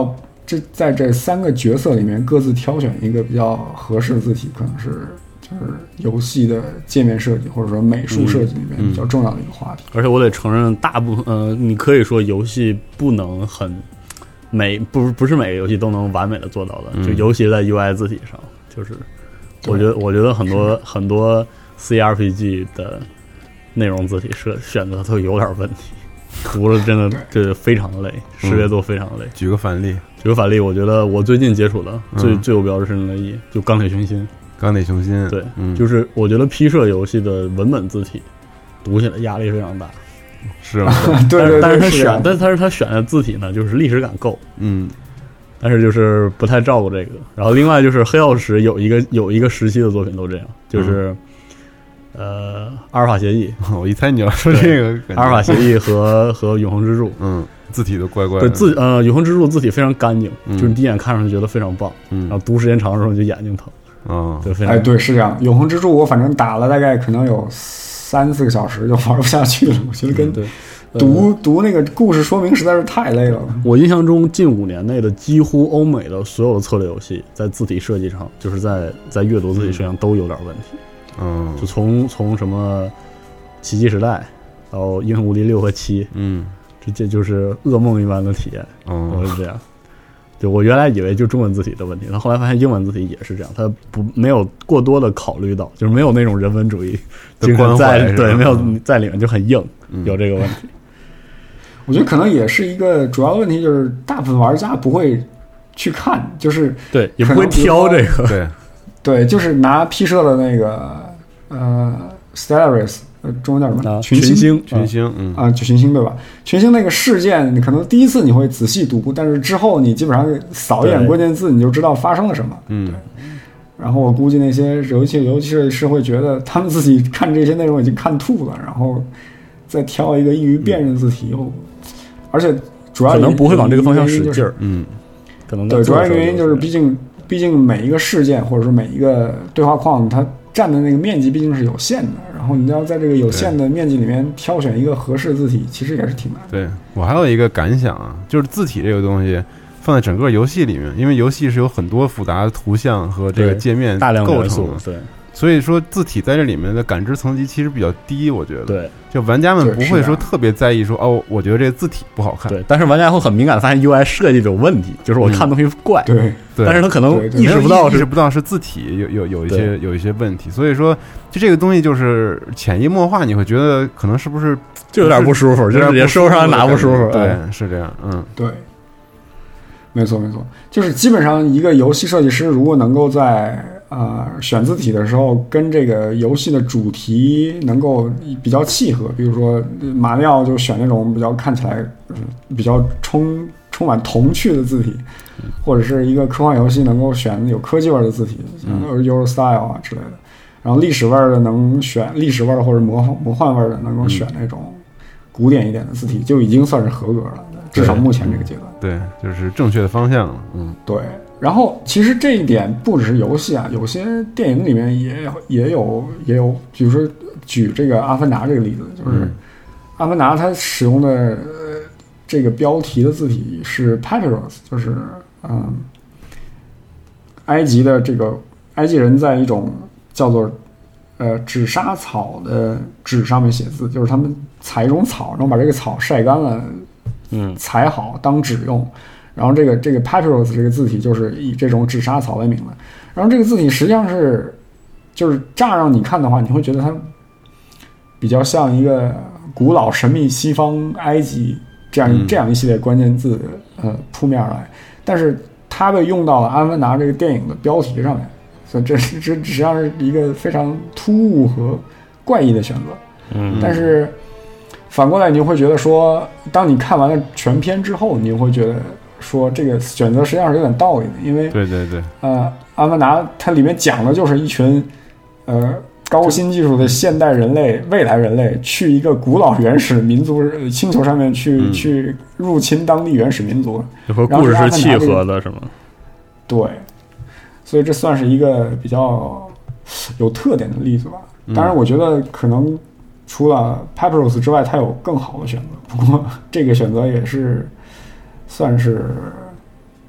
Speaker 8: 这在这三个角色里面各自挑选一个比较合适的字体，可能是就是游戏的界面设计或者说美术设计里面比较重要的一个话题。
Speaker 6: 嗯嗯、而且我得承认，大部分呃，你可以说游戏不能很每不不是每个游戏都能完美的做到的，嗯、就尤其在 U I 字体上，就是我觉得我觉得很多很多 C R P G 的内容字体设选择都有点问题。读了真的这非常累，识别度非常累。
Speaker 11: 举个反例，
Speaker 6: 举个反例，我觉得我最近接触的最、嗯、最有标志性的意义，就钢铁雄心。
Speaker 11: 钢铁雄心，
Speaker 6: 对，
Speaker 11: 嗯，
Speaker 6: 就是我觉得 P 社游戏的文本字体读起来压力非常大，
Speaker 11: 是吗？
Speaker 8: 对对对，
Speaker 6: 但是他选，但是他是他选的字体呢，就是历史感够，
Speaker 11: 嗯，
Speaker 6: 但是就是不太照顾这个。然后另外就是黑曜石有一个有一个时期的作品都这样，就是。嗯呃，阿尔法协议，
Speaker 11: 我一猜你要说这个。
Speaker 6: 阿尔法协议和和永恒之柱，
Speaker 11: 嗯，字体都怪怪的。
Speaker 6: 对字，呃，永恒之柱字体非常干净，嗯、就是第一眼看上去觉得非常棒，
Speaker 11: 嗯，
Speaker 6: 然后读时间长的时候就眼睛疼，
Speaker 11: 哦，
Speaker 6: 对，非常。
Speaker 8: 哎，对，是这样。永恒之柱我反正打了大概可能有三四个小时就玩不下去了，我觉得跟
Speaker 6: 对
Speaker 8: 读、呃、读那个故事说明实在是太累了。
Speaker 6: 我印象中近五年内的几乎欧美的所有的策略游戏，在字体设计上，就是在在阅读字体设计上都有点问题。
Speaker 11: 嗯，
Speaker 6: 就从从什么奇迹时代到英雄无敌六和七，
Speaker 11: 嗯，
Speaker 6: 这这就是噩梦一般的体验。
Speaker 11: 嗯，
Speaker 6: 我是这样。就我原来以为就中文字体的问题，但后来发现英文字体也是这样，它不没有过多的考虑到，就是没有那种人文主义精神在，对，没有在里面就很硬，
Speaker 11: 嗯、
Speaker 6: 有这个问题。
Speaker 8: 我觉得可能也是一个主要的问题，就是大部分玩家不会去看，就是
Speaker 6: 对，也不会挑这个，
Speaker 11: 对。
Speaker 8: 对，就是拿 P 社的那个呃 Stellaris， 呃，中文叫什么？
Speaker 6: 啊、
Speaker 8: 群
Speaker 6: 星，
Speaker 11: 群星，嗯
Speaker 8: 啊，就群星对吧？群星那个事件，你可能第一次你会仔细读，但是之后你基本上扫一眼关键字，你就知道发生了什么。
Speaker 11: 嗯，
Speaker 8: 对。然后我估计那些游戏游戏设计师会觉得他们自己看这些内容已经看吐了，然后再挑一个易于辨认字体，又、嗯、而且主要
Speaker 6: 可能不会往这个方向使劲儿。
Speaker 11: 嗯，
Speaker 6: 可能
Speaker 8: 对，主要原因就是毕竟。毕竟每一个事件或者说每一个对话框，它占的那个面积毕竟是有限的，然后你要在这个有限的面积里面挑选一个合适字体，其实也是挺难的。
Speaker 11: 对，我还有一个感想啊，就是字体这个东西放在整个游戏里面，因为游戏是有很多复杂的图像和这个界面
Speaker 6: 大量
Speaker 11: 构成的，
Speaker 6: 对，
Speaker 11: 所以说字体在这里面的感知层级其实比较低，我觉得。
Speaker 6: 对，
Speaker 11: 就玩家们不会说特别在意说哦，我觉得这个字体不好看。
Speaker 6: 对，但是玩家会很敏感的发现 U I 设计有问题，就是我看东西怪。
Speaker 8: 嗯、对。
Speaker 11: 对，
Speaker 6: 但是他可能意识不到，
Speaker 11: 意识不到是字体有有有一些有一些问题，所以说就这个东西就是潜移默化，你会觉得可能是不是
Speaker 6: 就有点不舒服，就是也说不上哪不舒服。
Speaker 11: 对，是这样，嗯，
Speaker 8: 对，没错没错，就是基本上一个游戏设计师如果能够在呃选字体的时候跟这个游戏的主题能够比较契合，比如说马里奥就选那种比较看起来、呃、比较充充满童趣的字体。或者是一个科幻游戏能够选有科技味的字体，像 Eurostyle 啊之类的，然后历史味的能选历史味或者魔魔幻味的能够选那种古典一点的字体，就已经算是合格了，至少目前这个阶段。
Speaker 11: 对，就是正确的方向了。嗯，
Speaker 8: 对。然后其实这一点不只是游戏啊，有些电影里面也也有也有，比如说举这个《阿凡达》这个例子，就是《阿凡达》它使用的呃这个标题的字体是 Papyrus， 就是嗯，埃及的这个埃及人在一种叫做呃纸莎草的纸上面写字，就是他们采一种草，然后把这个草晒干了，
Speaker 6: 嗯，
Speaker 8: 采好当纸用。然后这个这个 Papyrus 这个字体就是以这种纸莎草为名的。然后这个字体实际上是，就是乍让你看的话，你会觉得它比较像一个古老神秘西方埃及这样、嗯、这样一系列关键字呃扑面来。但是它被用到了《阿凡达》这个电影的标题上面，所以这这实际上是一个非常突兀和怪异的选择。
Speaker 6: 嗯，
Speaker 8: 但是反过来你会觉得说，当你看完了全片之后，你会觉得说这个选择实际上是有点道理的，因为
Speaker 11: 对对对，
Speaker 8: 呃，《阿凡达》它里面讲的就是一群呃高新技术的现代人类、未来人类去一个古老原始民族星球上面去、嗯、去入侵当地原始民族，
Speaker 6: 和故事是契合的，是吗？
Speaker 8: 对，所以这算是一个比较有特点的例子吧。当然，我觉得可能除了 Papyrus 之外，它有更好的选择。不过这个选择也是算是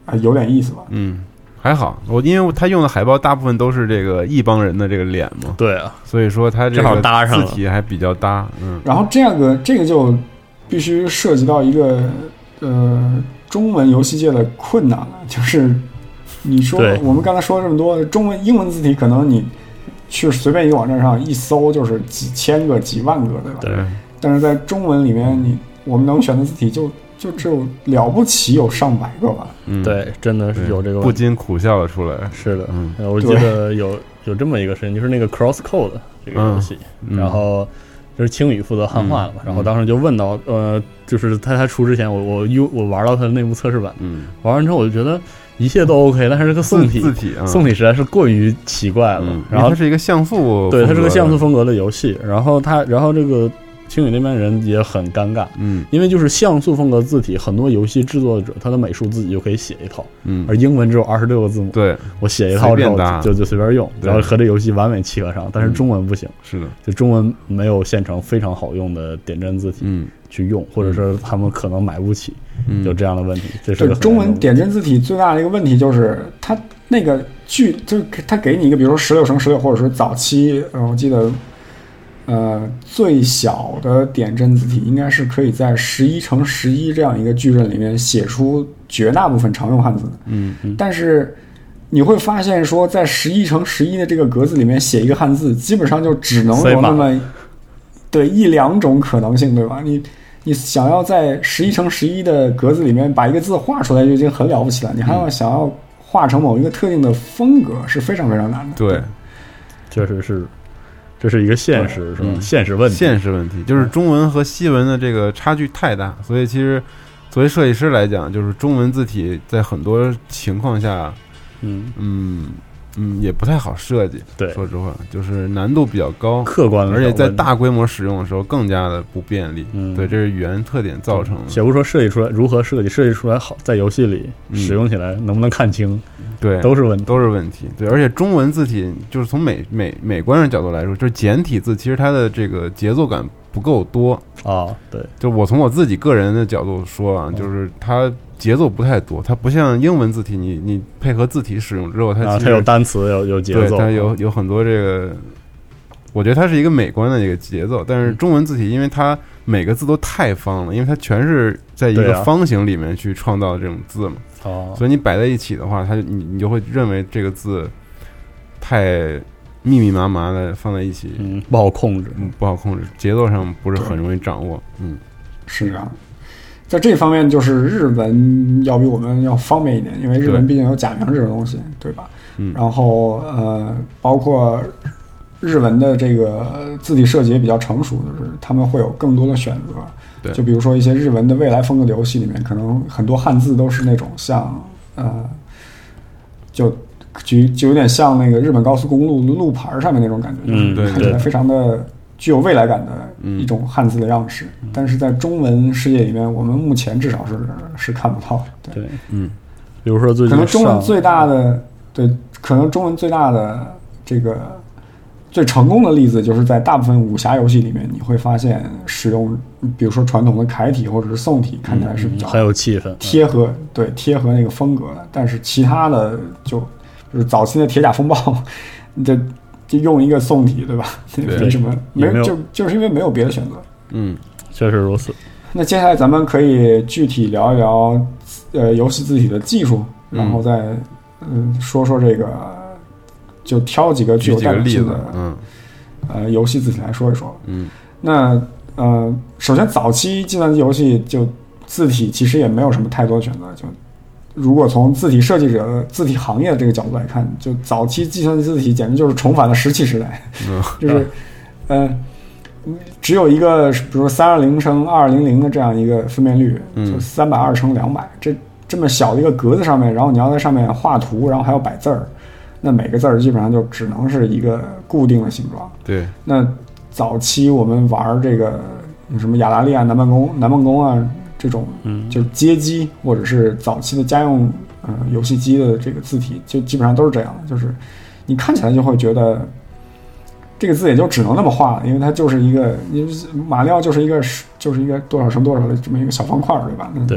Speaker 8: 啊、呃、有点意思吧。
Speaker 11: 嗯，还好，我因为他用的海报大部分都是这个一帮人的这个脸嘛，
Speaker 6: 对啊，
Speaker 11: 所以说他这个字体还比较搭。嗯，
Speaker 8: 然后这样个这个就必须涉及到一个呃中文游戏界的困难了，就是你说我们刚才说了这么多中文英文字体，可能你去随便一个网站上一搜就是几千个几万个，对吧？
Speaker 6: 对。
Speaker 8: 但是在中文里面，你我们能选的字体就就只有了不起有上百个吧？
Speaker 6: 嗯，对，真的是有这个，
Speaker 11: 不禁苦笑了出来。
Speaker 6: 是的，嗯，我记得有有这么一个事情，就是那个 Crosscode 这个游戏，嗯、然后就是青宇负责汉化了嘛，嗯、然后当时就问到，呃，就是他他出之前，我我 U 我玩到他的内部测试版，嗯，玩完之后我就觉得一切都 OK， 但是这个宋体
Speaker 11: 字体、嗯、
Speaker 6: 宋体实在是过于奇怪了。
Speaker 11: 嗯、
Speaker 6: 然后
Speaker 11: 它是一个像素，
Speaker 6: 对，它是个像素风格的游戏，然后它然后这个。青宇那边人也很尴尬，
Speaker 11: 嗯，
Speaker 6: 因为就是像素风格字体，很多游戏制作者他的美术自己就可以写一套，
Speaker 11: 嗯，
Speaker 6: 而英文只有二十六个字母，
Speaker 11: 对，
Speaker 6: 我写一套之后就就随便用，然后和这游戏完美契合上。但是中文不行，
Speaker 11: 是的，
Speaker 6: 就中文没有现成非常好用的点阵字体，
Speaker 11: 嗯，
Speaker 6: 去用，或者说他们可能买不起，
Speaker 11: 嗯，
Speaker 6: 有这样的问题。这是个
Speaker 8: 中文点阵字体最大的一个问题就是它那个距，就是它给你一个，比如说十六乘十六，或者说早期，呃，我记得。呃，最小的点阵字体应该是可以在十一乘十一这样一个矩阵里面写出绝大部分常用汉字。
Speaker 11: 嗯，
Speaker 6: 嗯
Speaker 8: 但是你会发现说，在十一乘十一的这个格子里面写一个汉字，基本上就只能有那么对一两种可能性，对吧？你你想要在十一乘十一的格子里面把一个字画出来，就已经很了不起了。你还要想要画成某一个特定的风格，是非常非常难的。
Speaker 11: 对，
Speaker 6: 确实是。这是一个现实，是吧？
Speaker 11: 嗯、
Speaker 6: 现实问题，
Speaker 11: 现实问题就是中文和西文的这个差距太大，所以其实作为设计师来讲，就是中文字体在很多情况下，
Speaker 6: 嗯
Speaker 11: 嗯嗯，也不太好设计。
Speaker 6: 对，
Speaker 11: 说实话，就是难度比较高，
Speaker 6: 客观的，
Speaker 11: 而且在大规模使用的时候更加的不便利。
Speaker 6: 嗯，
Speaker 11: 对，这是语言特点造成的。
Speaker 6: 且不说设计出来如何设计，设计出来好，在游戏里使用起来能不能看清？
Speaker 11: 嗯对，
Speaker 6: 都是问题，
Speaker 11: 都是问题。对，而且中文字体就是从美美美观的角度来说，就是简体字，其实它的这个节奏感不够多
Speaker 6: 啊。对，
Speaker 11: 就我从我自己个人的角度说啊，就是它节奏不太多，它不像英文字体，你你配合字体使用之后，它其实、
Speaker 6: 啊、它有单词，有有节奏，
Speaker 11: 对，它有有很多这个，我觉得它是一个美观的一个节奏。但是中文字体，因为它每个字都太方了，因为它全是在一个方形里面去创造这种字嘛。
Speaker 6: 哦，
Speaker 11: 所以你摆在一起的话，它你你就会认为这个字太密密麻麻的放在一起，
Speaker 6: 嗯，不好控制，
Speaker 11: 嗯，不好控制，节奏上不是很容易掌握，嗯，
Speaker 8: 是这样。在这方面，就是日文要比我们要方便一点，因为日文毕竟有假名这种东西，对吧？
Speaker 11: 嗯，
Speaker 8: 然后呃，包括日文的这个字体设计也比较成熟，就是他们会有更多的选择。
Speaker 11: 对，
Speaker 8: 就比如说一些日文的未来风格的游戏里面，可能很多汉字都是那种像呃，就就就有点像那个日本高速公路路牌上面那种感觉，
Speaker 6: 嗯，
Speaker 8: 就是看起来非常的具有未来感的一种汉字的样式。嗯、但是在中文世界里面，我们目前至少是是看不到的。
Speaker 6: 对，
Speaker 11: 对嗯，
Speaker 6: 比如说最近
Speaker 8: 可能中文最大的对，可能中文最大的这个。最成功的例子就是在大部分武侠游戏里面，你会发现使用，比如说传统的楷体或者是宋体，看起来是比较
Speaker 6: 很有气氛，
Speaker 8: 贴合对贴合那个风格的。但是其他的就就是早期的铁甲风暴，这就用一个宋体，对吧？没什么，没有就就是因为没有别的选择。
Speaker 11: 嗯，
Speaker 6: 确实如此。
Speaker 8: 那接下来咱们可以具体聊一聊呃游戏字体的技术，然后再嗯说说这个。就挑几个具有代表性的
Speaker 11: 嗯，
Speaker 8: 呃游戏字体来说一说。
Speaker 11: 嗯，
Speaker 8: 那呃，首先早期计算机游戏就字体其实也没有什么太多的选择。就如果从字体设计者、字体行业的这个角度来看，就早期计算机字体简直就是重返了石器时代，
Speaker 11: 嗯、
Speaker 8: 就是呃，只有一个比如说三二零乘二零零的这样一个分辨率，就三百二乘两百，这这么小的一个格子上面，然后你要在上面画图，然后还要摆字儿。那每个字儿基本上就只能是一个固定的形状。
Speaker 11: 对。
Speaker 8: 那早期我们玩这个什么雅达利亚、南梦宫、南梦宫啊这种，
Speaker 6: 嗯，
Speaker 8: 就是街机或者是早期的家用呃游戏机的这个字体，就基本上都是这样的，就是你看起来就会觉得这个字也就只能那么画了，因为它就是一个，马里奥就是一个就是一个多少乘多少的这么一个小方块，对吧？
Speaker 6: 对。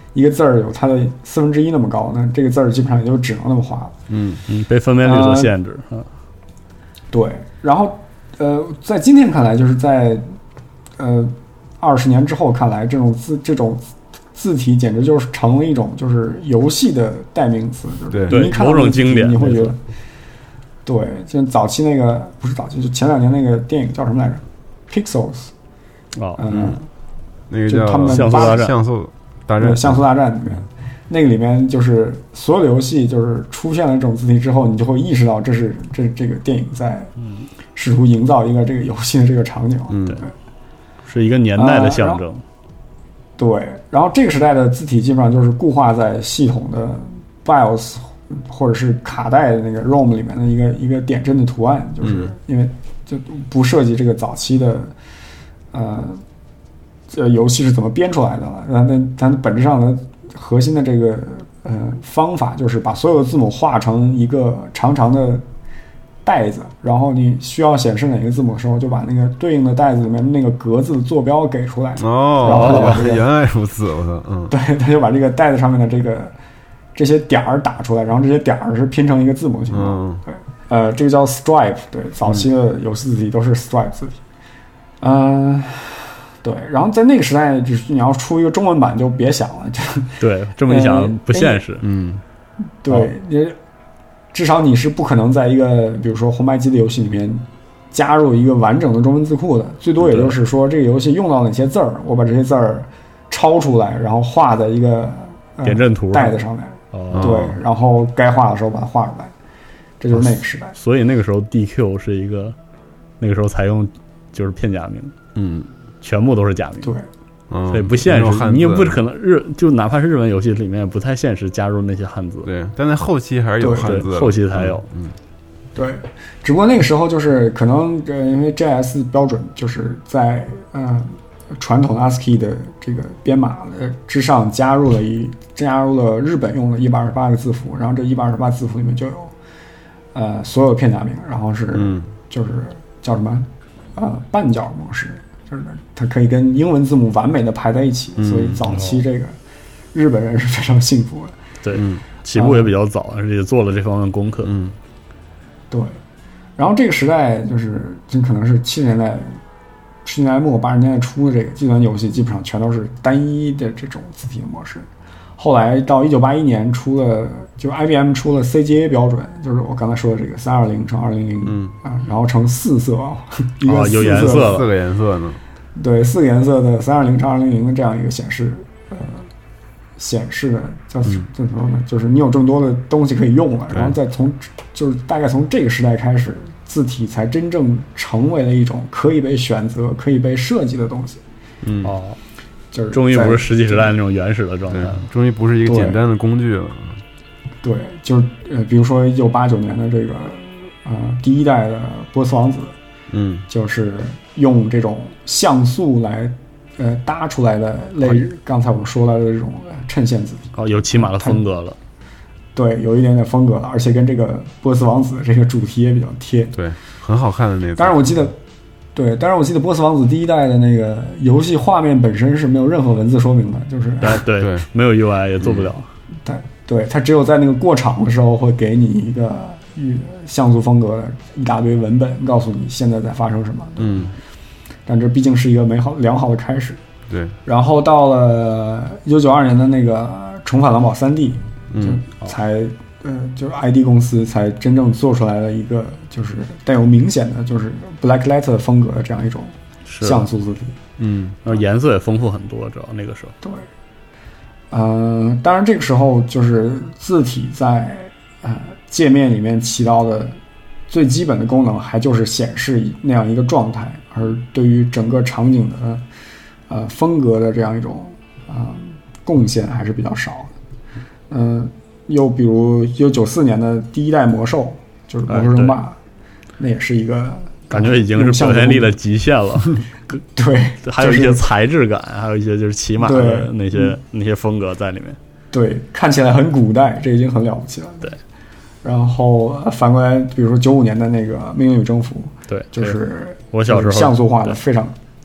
Speaker 8: 一个字儿有它的四分之一那么高，那这个字儿基本上也就只能那么画了。
Speaker 6: 嗯嗯，被分辨率所限制。嗯、
Speaker 8: 对，然后呃，在今天看来，就是在呃二十年之后看来，这种字这种字体简直就是成了一种就是游戏的代名词，就是
Speaker 6: 对
Speaker 8: 你一看到
Speaker 6: 某种经典，
Speaker 8: 你会觉得。对，就早期那个不是早期，就前两年那个电影叫什么来着 ？Pixels。
Speaker 6: 哦，
Speaker 8: 嗯，
Speaker 11: 那个叫
Speaker 8: 他们
Speaker 6: 像素大战，
Speaker 11: 像素大战，
Speaker 8: 像素大战里面，那个里面就是所有的游戏就是出现了这种字体之后，你就会意识到这是这这个电影在试图营造一个这个游戏的这个场景。
Speaker 6: 嗯，对，是一个年代的象征。
Speaker 8: 呃、对，然后这个时代的字体基本上就是固化在系统的 BIOS。或者是卡带的那个 ROM 里面的一个一个点阵的图案，就是因为就不涉及这个早期的呃这游戏是怎么编出来的了。那那它本质上的核心的这个呃方法就是把所有的字母画成一个长长的袋子，然后你需要显示哪个字母的时候，就把那个对应的袋子里面那个格子的坐标给出来。
Speaker 11: 哦，
Speaker 8: 然后把、这个、
Speaker 11: 原来如此，我操，嗯，
Speaker 8: 对，他就把这个袋子上面的这个。这些点儿打出来，然后这些点儿是拼成一个字母形状。嗯、对，呃，这个叫 stripe。对，早期的游戏字体都是 stripe 字体。嗯、呃，对。然后在那个时代，就是你要出一个中文版就别想了。就
Speaker 6: 对，这么一想、呃、不现实。
Speaker 11: 嗯，
Speaker 8: 对，你、哦、至少你是不可能在一个比如说红白机的游戏里面加入一个完整的中文字库的。最多也就是说，这个游戏用到哪些字儿，我把这些字儿抄出来，然后画在一个、呃、
Speaker 6: 点阵图
Speaker 8: 袋子上面。
Speaker 6: 哦、
Speaker 8: 对，然后该画的时候把它画出来，这就是那个时代。
Speaker 6: 所以那个时候 D Q 是一个，那个时候采用就是片假名，
Speaker 11: 嗯，
Speaker 6: 全部都是假名，
Speaker 8: 对，
Speaker 6: 所以不现实。你也不可能日，就哪怕是日文游戏里面也不太现实加入那些汉字。
Speaker 11: 对，但在后期还是有汉字，
Speaker 6: 后期才有。
Speaker 11: 嗯，
Speaker 8: 对，只不过那个时候就是可能呃，因为 J S 标准就是在嗯。传统 A S C I I 的这个编码的之上加入了一加入了日本用的一百二十八个字符，然后这一百二十八字符里面就有呃所有片假名，然后是、
Speaker 11: 嗯、
Speaker 8: 就是叫什么呃半角模式，就是它可以跟英文字母完美的排在一起，
Speaker 11: 嗯、
Speaker 8: 所以早期这个日本人是非常幸福的。
Speaker 6: 对，嗯、起步也比较早，而且也做了这方面功课。
Speaker 11: 嗯，
Speaker 8: 对。然后这个时代就是就可能是七十年代。七十年代末八十年代初的这个计算游戏基本上全都是单一的这种字体模式。后来到一九八一年出了，就 I B M 出了 C G A 标准，就是我刚才说的这个三二零乘二零零，
Speaker 11: 嗯
Speaker 8: 啊，然后乘四色，一个
Speaker 6: 有颜色，
Speaker 11: 四个颜色呢？
Speaker 8: 对，四个颜色的三二零乘二零零的这样一个显示，呃，显示的叫怎么说呢？就是你有这么多的东西可以用了，然后再从就是大概从这个时代开始。字体才真正成为了一种可以被选择、可以被设计的东西。
Speaker 6: 嗯，哦，
Speaker 8: 就是
Speaker 6: 终于不是石器时代那种原始的状态，
Speaker 11: 终于不是一个简单的工具了。
Speaker 8: 对，就是呃，比如说一九八九年的这个呃第一代的波斯王子，
Speaker 11: 嗯，
Speaker 8: 就是用这种像素来呃搭出来的类、哦、刚才我们说到的这种衬线字体。
Speaker 6: 哦，有起码的风格了。
Speaker 8: 对，有一点点风格了，而且跟这个波斯王子这个主题也比较贴。
Speaker 11: 对，很好看的那个。
Speaker 8: 当然我记得，对，当然我记得波斯王子第一代的那个游戏画面本身是没有任何文字说明的，就是
Speaker 6: 对对，没有 U I 也做不了。
Speaker 8: 对、嗯，对，它只有在那个过场的时候会给你一个像素风格的一大堆文本，告诉你现在在发生什么。
Speaker 11: 嗯，
Speaker 8: 但这毕竟是一个美好良好的开始。
Speaker 11: 对，
Speaker 8: 然后到了一九九二年的那个重返狼堡三 D。
Speaker 11: 嗯，
Speaker 8: 才呃，就是 I D 公司才真正做出来了一个就是带有明显的就是 Black Letter 风格的这样一种像素字体。
Speaker 6: 嗯，然后颜色也丰富很多，主要那个时候。
Speaker 8: 对，呃，当然这个时候就是字体在呃界面里面起到的最基本的功能，还就是显示那样一个状态，而对于整个场景的呃风格的这样一种啊、呃、贡献还是比较少的。嗯、呃，又比如一九九四年的第一代魔兽，就是魔兽争霸、哎，那也是一个
Speaker 6: 感觉已经是表现力的极限了。
Speaker 8: 对，
Speaker 6: 还有一些材质感，还有一些就是骑马的那些那些风格在里面。
Speaker 8: 对，看起来很古代，这已经很了不起了。
Speaker 6: 对，
Speaker 8: 然后反过来，比如说九五年的那个《命运与征服》，
Speaker 6: 对，
Speaker 8: 就是
Speaker 6: 我小时候
Speaker 8: 像素化的非常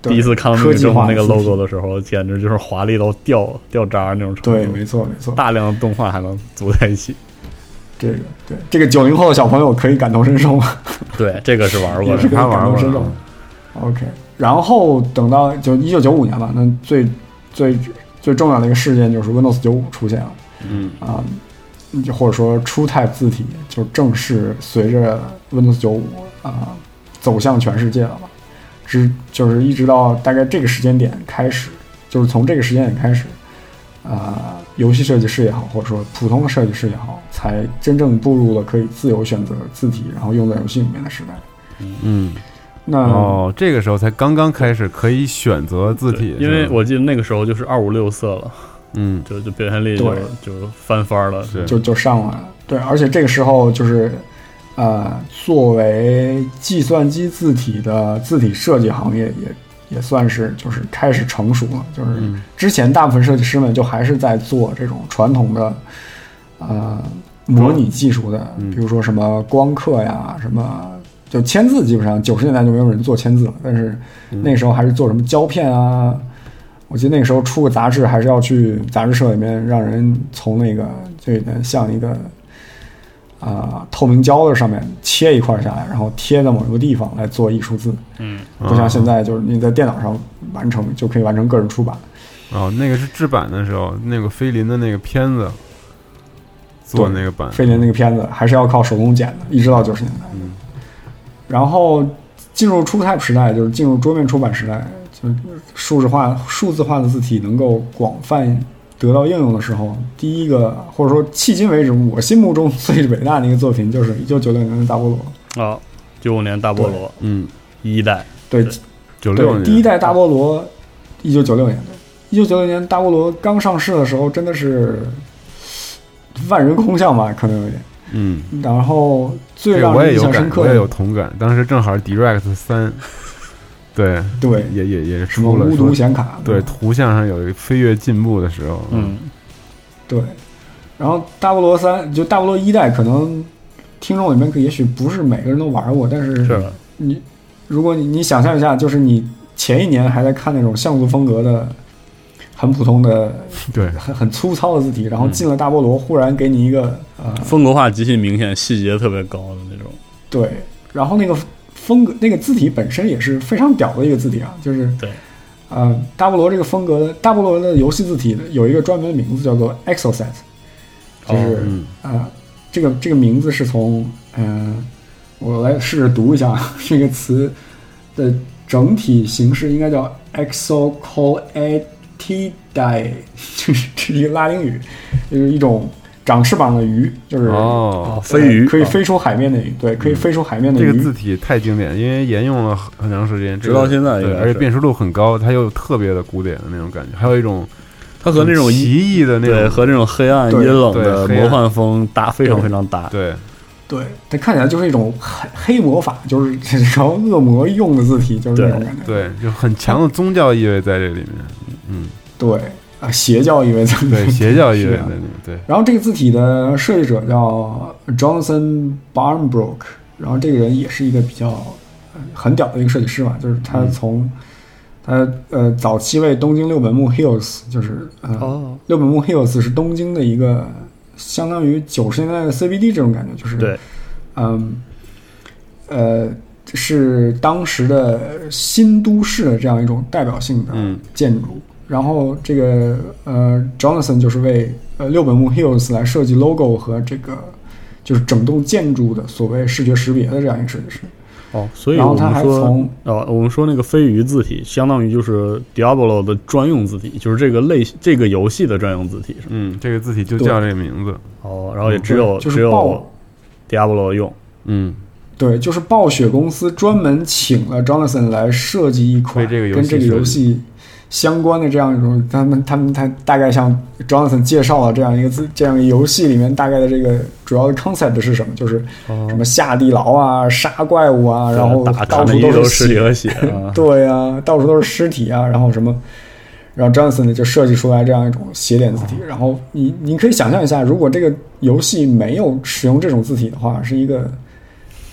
Speaker 6: 第一次看到那个政府那个 logo 的时候，简直就是华丽到掉掉渣那种程度。
Speaker 8: 对，没错没错，
Speaker 6: 大量的动画还能组在一起。
Speaker 8: 这个对这个九零后的小朋友可以感同身受吗？
Speaker 6: 对，这个是玩过的，
Speaker 8: 他玩过的。OK， 然后等到就一九九五年吧，那最最最重要的一个事件就是 Windows 九五出现了。
Speaker 6: 嗯
Speaker 8: 啊，就或者说 TrueType 字体就正式随着 Windows 九五啊走向全世界了吧？只就是一直到大概这个时间点开始，就是从这个时间点开始。啊、呃，游戏设计师也好，或者说普通的设计师也好，才真正步入了可以自由选择字体，然后用在游戏里面的时代。
Speaker 11: 嗯，
Speaker 8: 那
Speaker 11: 哦，这个时候才刚刚开始可以选择字体，
Speaker 6: 因为我记得那个时候就是二五六色了，
Speaker 11: 嗯，
Speaker 6: 就就表现力就就翻番了，
Speaker 8: 就就上来了。对，而且这个时候就是呃，作为计算机字体的字体设计行业也。也算是就是开始成熟了，就是之前大部分设计师们就还是在做这种传统的呃模拟技术的，比如说什么光刻呀，什么就签字，基本上九十年代就没有人做签字了，但是那时候还是做什么胶片啊。我记得那个时候出个杂志，还是要去杂志社里面让人从那个这里面像一个啊、呃、透明胶的上面切一块下来，然后贴在某一个地方来做艺术字。
Speaker 6: 嗯，
Speaker 8: 不像现在就是你在电脑上完成就可以完成个人出版。
Speaker 11: 哦，那个是制版的时候，那个菲林的那个片子做那个版，
Speaker 8: 菲林那个片子还是要靠手工剪的，一直到九十年代。
Speaker 11: 嗯，
Speaker 8: 然后进入 TrueType 时代，就是进入桌面出版时代，就是数字化、数字化的字体能够广泛得到应用的时候，第一个或者说迄今为止我心目中最伟大的一个作品就是一九九六年的大菠萝。
Speaker 6: 啊，九五年大菠萝，
Speaker 11: 嗯，
Speaker 6: 一代，
Speaker 8: 对，
Speaker 11: 九六年
Speaker 8: 第一代大菠萝，一九九六年的，一九九六年大菠萝刚上市的时候，真的是万人空巷吧，可能有点。
Speaker 11: 嗯，
Speaker 8: 然后最让人印象深刻的，
Speaker 11: 我也有同感，当时正好 Direct 三。对
Speaker 8: 对，
Speaker 11: 也也也出了
Speaker 8: 无毒显卡，
Speaker 11: 对，图像上有一个飞跃进步的时候，
Speaker 6: 嗯，
Speaker 8: 对。然后大菠萝三，就大菠萝一代，可能听众里面也许不是每个人都玩过，但是你如果你你想象一下，就是你前一年还在看那种像素风格的很普通的，
Speaker 11: 对，
Speaker 8: 很很粗糙的字体，然后进了大菠萝，忽然给你一个呃
Speaker 6: 风格化极其明显，细节特别高的那种，
Speaker 8: 对，然后那个。风格那个字体本身也是非常屌的一个字体啊，就是
Speaker 6: 对，
Speaker 8: 呃，大菠萝这个风格的大菠萝的游戏字体有一个专门的名字叫做 Exoset， 就是、哦嗯、呃，这个这个名字是从嗯、呃，我来试着读一下这个词的整体形式应该叫 Exocoetidae， 就是这是一个拉丁语，就是一种。长翅膀的鱼，就是
Speaker 11: 哦，
Speaker 6: 飞鱼
Speaker 8: 可以飞出海面的鱼，对，可以飞出海面的鱼。
Speaker 11: 这个字体太经典，因为沿用了很长时间，
Speaker 6: 直到现在，
Speaker 11: 对，而且辨识度很高，它又特别的古典的那种感觉，还有一种
Speaker 6: 它和那种
Speaker 11: 奇异的那种，
Speaker 6: 对，和那种黑暗阴冷的魔幻风搭，非常非常搭。
Speaker 11: 对，
Speaker 8: 对，它看起来就是一种黑黑魔法，就是然后恶魔用的字体，就是那种感觉，
Speaker 11: 对，就很强的宗教意味在这里面，嗯，
Speaker 8: 对。啊，邪教意味在里面，
Speaker 11: 对，邪教意味在里面，对。
Speaker 8: 然后这个字体的设计者叫 Jonathan Barnbrook， 然后这个人也是一个比较很屌的一个设计师嘛，就是他从、嗯、他呃早期为东京六本木 Hills， 就是呃、哦、六本木 Hills 是东京的一个相当于九十年代的 C B D 这种感觉，就是
Speaker 6: 对，
Speaker 8: 嗯呃是当时的新都市的这样一种代表性的建筑。嗯，然后这个呃 ，Jonathan 就是为呃六本木 Hills 来设计 logo 和这个就是整栋建筑的所谓视觉识别的这样一个设计师。
Speaker 6: 哦，所以我们说，哦，我们说那个飞鱼字体相当于就是 Diablo 的专用字体，就是这个类这个游戏的专用字体是吗？
Speaker 11: 嗯，这个字体就叫这个名字。
Speaker 6: 哦，然后也只有、
Speaker 8: 嗯、就是
Speaker 6: 只有 Diablo 用。
Speaker 11: 嗯。
Speaker 8: 对，就是暴雪公司专门请了 Jonathan 来设计一款跟这个游戏相关的这样一种，他们他们他大概向 Jonathan 介绍了这样一个字，这样一个游戏里面大概的这个主要的 concept 是什么，就是什么下地牢啊、杀怪物啊，然后到处都是
Speaker 6: 尸体和血啊，
Speaker 8: 对啊，到处都是尸体啊，然后什么，然后 Jonathan 呢就设计出来这样一种斜点字体，然后你你可以想象一下，如果这个游戏没有使用这种字体的话，是一个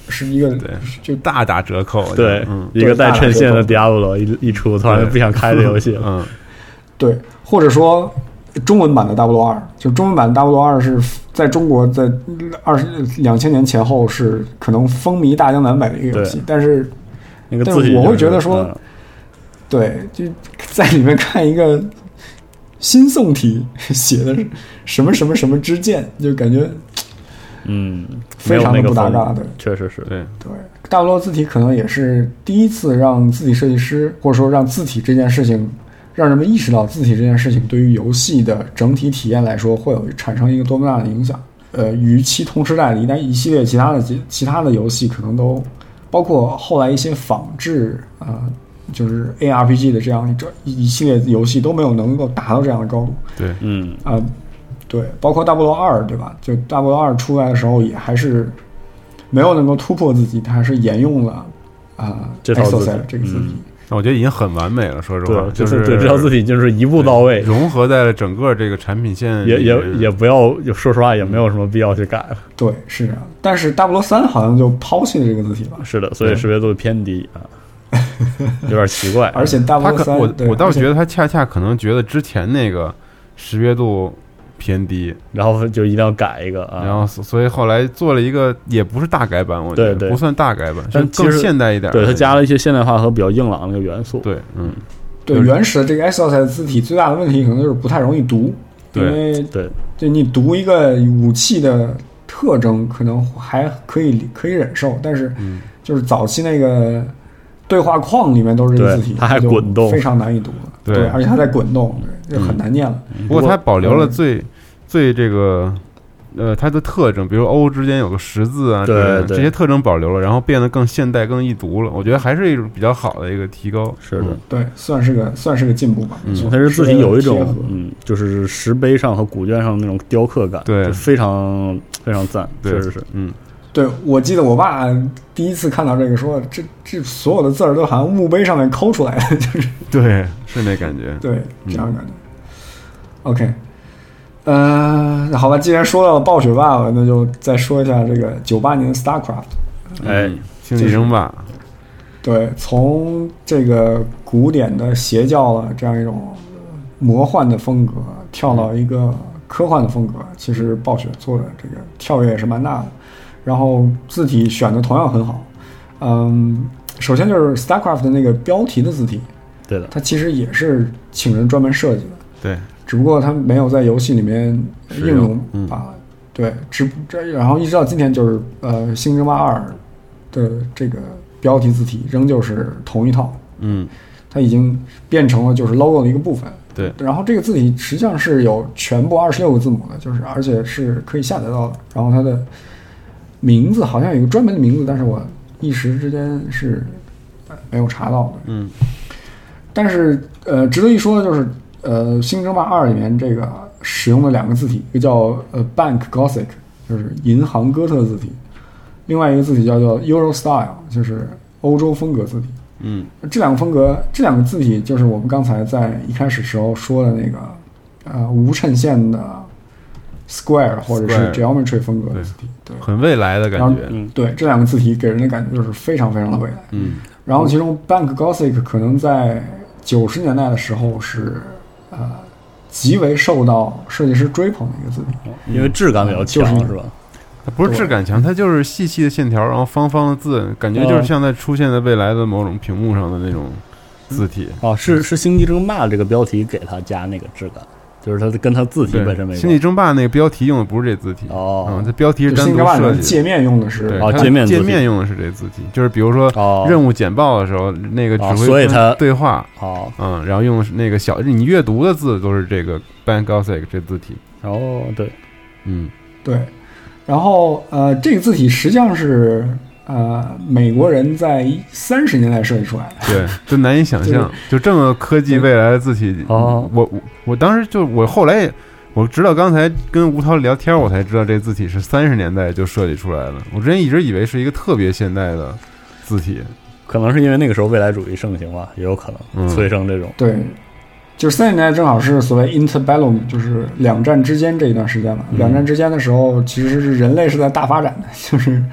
Speaker 8: 是一个就
Speaker 11: 大打折扣。
Speaker 6: 对，
Speaker 11: 嗯，
Speaker 6: 一个带衬线的 Diablo 一一出，突然就不想开这游戏了。
Speaker 11: 嗯，
Speaker 8: 对，或者说中文版的 Diablo 二，就中文版 Diablo 二是在中国在二十两千年前后是可能风靡大江南北的一个游戏，但是
Speaker 6: 那个
Speaker 8: 但是我会觉得说，嗯、对，就在里面看一个新宋体写的什么什么什么之剑，就感觉。
Speaker 6: 嗯，
Speaker 8: 非常的不搭嘎，对，
Speaker 6: 确实是，
Speaker 11: 对
Speaker 8: 对。大陆字体可能也是第一次让字体设计师，或者说让字体这件事情，让人们意识到字体这件事情对于游戏的整体体验来说会有产生一个多么大的影响。呃，与其同时代的一代一系列其他的其他的游戏，可能都包括后来一些仿制啊、呃，就是 A R P G 的这样一一系列游戏都没有能够达到这样的高度。
Speaker 11: 对，
Speaker 6: 嗯
Speaker 8: 啊。呃对，包括大菠萝二，对吧？就大菠萝二出来的时候，也还是没有能够突破自己，它还是沿用了啊、呃、
Speaker 6: 这套字体
Speaker 8: 这个字体、
Speaker 11: 嗯。我觉得已经很完美了，说实话，
Speaker 6: 对，
Speaker 11: 就是
Speaker 6: 对这套字体就是一步到位，
Speaker 11: 融合在了整个这个产品线，
Speaker 6: 也也也不要，说实话也没有什么必要去改了。
Speaker 8: 对，是这样。但是大菠萝三好像就抛弃了这个字体了。
Speaker 6: 是的，所以识别度偏低啊。有点奇怪，
Speaker 8: 而且大菠萝三，
Speaker 11: 我我倒觉得他恰恰可能觉得之前那个识别度偏低，
Speaker 6: 然后就一定要改一个啊，
Speaker 11: 然后所以后来做了一个也不是大改版，我觉得
Speaker 6: 对对
Speaker 11: 不算大改版，
Speaker 6: 但
Speaker 11: 更现代一点。
Speaker 6: 对，它加了一些现代化和比较硬朗的元素。
Speaker 11: 对，嗯，
Speaker 8: 对，原始的这个 X 色彩字体最大的问题可能就是不太容易读，因为
Speaker 6: 对，
Speaker 8: 就你读一个武器的特征可能还可以可以忍受，但是就是早期那个对话框里面都是这个字体，
Speaker 6: 它还滚动，
Speaker 8: 非常难以读了。
Speaker 11: 对，
Speaker 8: 对，而且它在滚动，对，就很难念了。
Speaker 11: 不过它保留了最、嗯、最这个呃它的特征，比如 O 之间有个十字啊，
Speaker 6: 对，
Speaker 11: 这些特征保留了，然后变得更现代、更易读了。我觉得还是一种比较好的一个提高。
Speaker 6: 是的，
Speaker 8: 嗯、对，算是个算是个进步吧。
Speaker 11: 嗯，
Speaker 6: 它是字体有一种嗯，就是石碑上和古卷上那种雕刻感，
Speaker 11: 对，
Speaker 6: 非常非常赞，确实是，
Speaker 11: 嗯。
Speaker 8: 对，我记得我爸第一次看到这个说，这这所有的字儿都好像墓碑上面抠出来的，就是
Speaker 11: 对，是那感觉，
Speaker 8: 对，这样的感觉。嗯、OK， 呃，好吧，既然说到了暴雪爸爸，那就再说一下这个九八年的 StarCraft，
Speaker 6: 哎，
Speaker 11: 星际争霸，
Speaker 8: 对，从这个古典的邪教了这样一种魔幻的风格，跳到一个科幻的风格，其实暴雪做的这个跳跃也是蛮大的。然后字体选的同样很好，嗯，首先就是 StarCraft 的那个标题的字体，
Speaker 6: 对的，
Speaker 8: 它其实也是请人专门设计的，
Speaker 11: 对，
Speaker 8: 只不过它没有在游戏里面应用
Speaker 11: 嗯、
Speaker 8: 把，对，只这然后一直到今天就是呃《星际争霸二》的这个标题字体仍旧是同一套，
Speaker 11: 嗯，
Speaker 8: 它已经变成了就是 logo 的一个部分，
Speaker 11: 对，
Speaker 8: 然后这个字体实际上是有全部二十六个字母的，就是而且是可以下载到的，然后它的名字好像有一个专门的名字，但是我一时之间是没有查到的。
Speaker 11: 嗯，
Speaker 8: 但是呃，值得一说的就是，呃，《星际争霸二》里面这个使用的两个字体，一个叫呃 Bank Gothic， 就是银行哥特字体，另外一个字体叫做 Euro Style， 就是欧洲风格字体。
Speaker 11: 嗯，
Speaker 8: 这两个风格，这两个字体就是我们刚才在一开始时候说的那个呃无衬线的。Square 或者是 Geometry 风格的字体，对，
Speaker 11: 很未来的感觉。
Speaker 8: 嗯，对，这两个字体给人的感觉就是非常非常的未来。
Speaker 11: 嗯，
Speaker 8: 然后其中 Bank Gothic 可能在九十年代的时候是呃极为受到设计师追捧的一个字体，
Speaker 6: 因为质感比较强，
Speaker 8: 就是
Speaker 6: 是吧？
Speaker 11: 它不是质感强，它就是细细的线条，然后方方的字，感觉就是像在出现在未来的某种屏幕上的那种字体。
Speaker 6: 哦，是是星际争霸这个标题给它加那个质感。就是它跟它字体本身没关系。
Speaker 11: 星际争霸那个标题用的不是这字体
Speaker 6: 哦，
Speaker 11: 嗯，这标题是单独设计。
Speaker 8: 界面用的是
Speaker 6: 哦，界面
Speaker 11: 界面用的是这字体，就是比如说任务简报的时候，那个指挥
Speaker 6: 所以它
Speaker 11: 对话
Speaker 6: 哦，
Speaker 11: 嗯，然后用那个小你阅读的字都是这个 Bank Gothic 这字体。
Speaker 6: 哦，对，
Speaker 11: 嗯，
Speaker 8: 对，然后呃，这个字体实际上是。呃，美国人在三十年代设计出来的，
Speaker 11: 对，就难以想象，就这么科技未来的字体。
Speaker 6: 哦，
Speaker 11: 我我我当时就我后来也，我直到刚才跟吴涛聊天，我才知道这字体是三十年代就设计出来的。我之前一直以为是一个特别现代的字体，
Speaker 6: 可能是因为那个时候未来主义盛行吧，也有可能催生这种。
Speaker 8: 嗯、对，就是三十年代正好是所谓 interbellum， 就是两战之间这一段时间嘛。嗯、两战之间的时候，其实是人类是在大发展的，就是。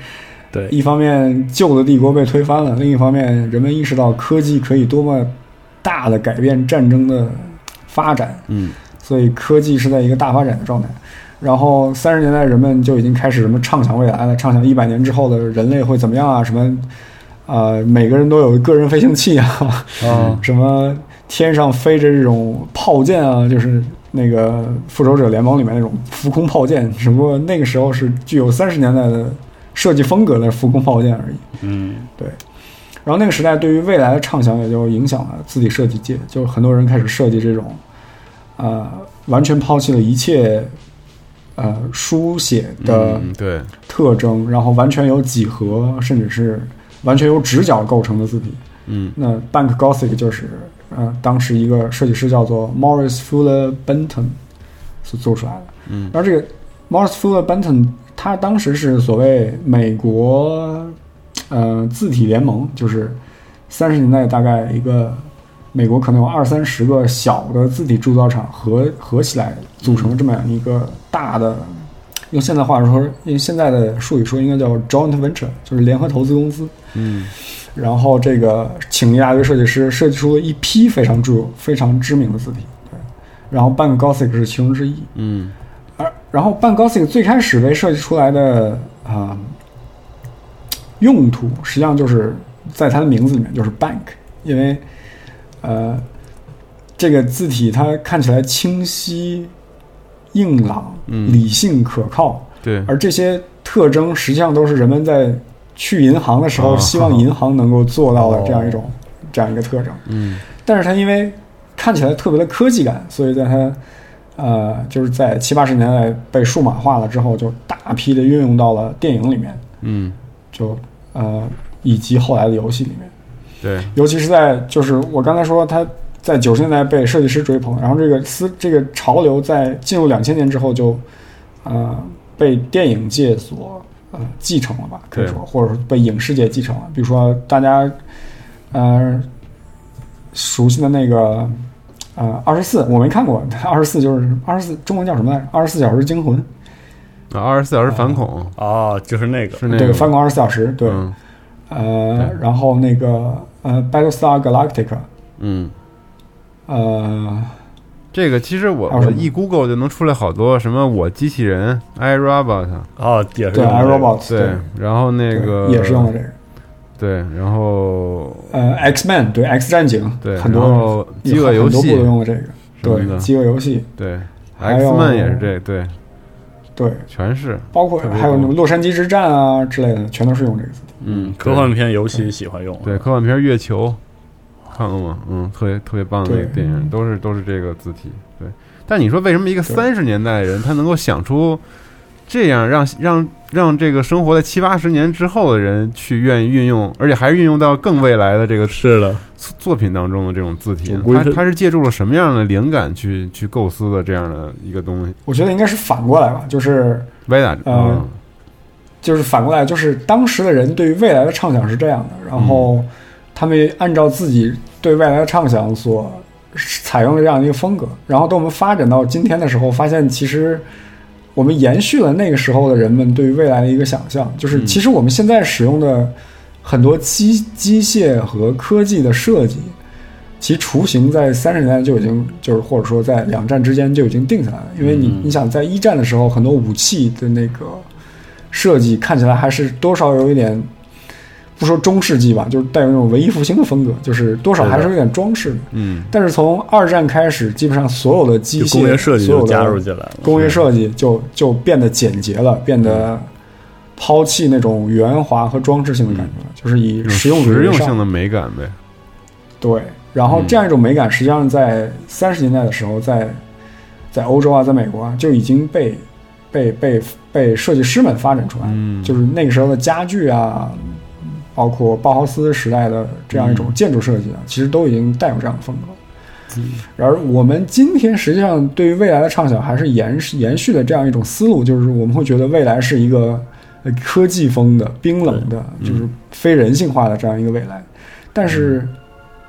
Speaker 6: 对，
Speaker 8: 一方面旧的帝国被推翻了，另一方面人们意识到科技可以多么大的改变战争的发展，
Speaker 11: 嗯，
Speaker 8: 所以科技是在一个大发展的状态。然后三十年代人们就已经开始什么畅想未来了，畅想一百年之后的人类会怎么样啊？什么呃，每个人都有个人飞行器啊，
Speaker 6: 嗯，
Speaker 8: 什么天上飞着这种炮舰啊，就是那个复仇者联盟里面那种浮空炮舰，只不过那个时候是具有三十年代的设计风格的浮空炮舰而已。
Speaker 6: 嗯，
Speaker 8: 对。然后那个时代对于未来的畅想也就影响了字体设计界，就很多人开始设计这种，呃，完全抛弃了一切。呃，书写的特征、嗯，然后完全由几何，甚至是完全由直角构成的字体。
Speaker 11: 嗯，
Speaker 8: 那 Bank Gothic 就是呃，当时一个设计师叫做 Maurice Fuller Benton 所做出来的。
Speaker 11: 嗯，
Speaker 8: 然后这个 Maurice Fuller Benton 他当时是所谓美国呃字体联盟，就是三十年代大概一个。美国可能有二三十个小的字体铸造厂合合起来组成这么样一个大的，用现在话说，用现在的术语说，应该叫 joint venture， 就是联合投资公司。
Speaker 11: 嗯，
Speaker 8: 然后这个请一大堆设计师设计出了一批非常著、非常知名的字体。对，然后 Bank Gothic 是其中之一。
Speaker 11: 嗯，
Speaker 8: 而然后 Bank Gothic 最开始被设计出来的啊、呃、用途，实际上就是在它的名字里面就是 Bank， 因为。呃，这个字体它看起来清晰、硬朗、
Speaker 11: 嗯、
Speaker 8: 理性、可靠。
Speaker 11: 对，
Speaker 8: 而这些特征实际上都是人们在去银行的时候希望银行能够做到的这样一种、哦、这样一个特征。
Speaker 11: 嗯，
Speaker 8: 但是它因为看起来特别的科技感，所以在它呃就是在七八十年代被数码化了之后，就大批的运用到了电影里面。
Speaker 11: 嗯，
Speaker 8: 就呃以及后来的游戏里面。
Speaker 11: 对，
Speaker 8: 尤其是在就是我刚才说他在九十年代被设计师追捧，然后这个思这个潮流在进入两千年之后就呃被电影界所呃继承了吧，可以说，或者说被影视界继承了。比如说大家呃熟悉的那个呃二十四，我没看过，二十四就是二十四，中文叫什么来着？二十四小时惊魂
Speaker 11: 啊，二十四小时反恐
Speaker 6: 啊、哦，就是那个
Speaker 11: 是那个
Speaker 8: 对反恐二十四小时，对。
Speaker 11: 嗯
Speaker 8: 呃，然后那个呃 ，Battlestar Galactica，
Speaker 11: 嗯，
Speaker 8: 呃，
Speaker 11: 这个其实我我一 Google 就能出来好多什么我机器人 iRobot
Speaker 6: 哦，也是
Speaker 8: 对 iRobot
Speaker 11: 对，然后那个
Speaker 8: 也是用的这个，
Speaker 11: 对，然后
Speaker 8: 呃 X-Men 对 X 战警
Speaker 11: 对，
Speaker 8: 很多
Speaker 11: 饥饿游戏
Speaker 8: 很多部都用了这个，对，饥饿游戏
Speaker 11: 对 X-Men 也是这对。
Speaker 8: 对，
Speaker 11: 全是，
Speaker 8: 包括还有什么洛杉矶之战啊之类的，全都是用这个字体。
Speaker 11: 嗯，
Speaker 6: 科幻片尤其喜欢用。
Speaker 11: 对，科幻片月球看过吗？嗯，特别特别棒的那个电影，都是都是这个字体。对，但你说为什么一个三十年代的人他能够想出这样让让让这个生活在七八十年之后的人去愿意运用，而且还是运用到更未来的这个
Speaker 6: 是的
Speaker 11: 作品当中的这种字体？他他是借助了什么样的灵感去去构思的这样的一个东西？
Speaker 8: 我觉得应该是反过来吧，就是
Speaker 11: 歪打
Speaker 8: 呃、
Speaker 11: 嗯，
Speaker 8: 就是反过来，就是当时的人对于未来的畅想是这样的，然后他们按照自己对未来的畅想所采用的这样一个风格，然后等我们发展到今天的时候，发现其实我们延续了那个时候的人们对于未来的一个想象，就是其实我们现在使用的很多机机械和科技的设计，其雏形在三十年代就已经就是或者说在两战之间就已经定下来了。因为你你想在一战的时候，很多武器的那个设计看起来还是多少有一点，不说中世纪吧，就是带有那种文艺复兴的风格，就是多少还是有点装饰的。
Speaker 11: 嗯。
Speaker 8: 但是从二战开始，基本上所有的机械、
Speaker 6: 工业设计就加入进来了，
Speaker 8: 工业设计就就变得简洁了，变得抛弃那种圆滑和装饰性的感觉了，嗯、就是以实用
Speaker 11: 实用性的美感呗。
Speaker 8: 对，然后这样一种美感，实际上在三十年代的时候，在在欧洲啊，在美国啊，就已经被被被被设计师们发展出来了。
Speaker 11: 嗯，
Speaker 8: 就是那个时候的家具啊。包括包豪斯时代的这样一种建筑设计啊，嗯、其实都已经带有这样的风格。
Speaker 11: 嗯，
Speaker 8: 然而我们今天实际上对于未来的畅想还是延延续的这样一种思路，就是我们会觉得未来是一个科技风的、冰冷的，就是非人性化的这样一个未来。但是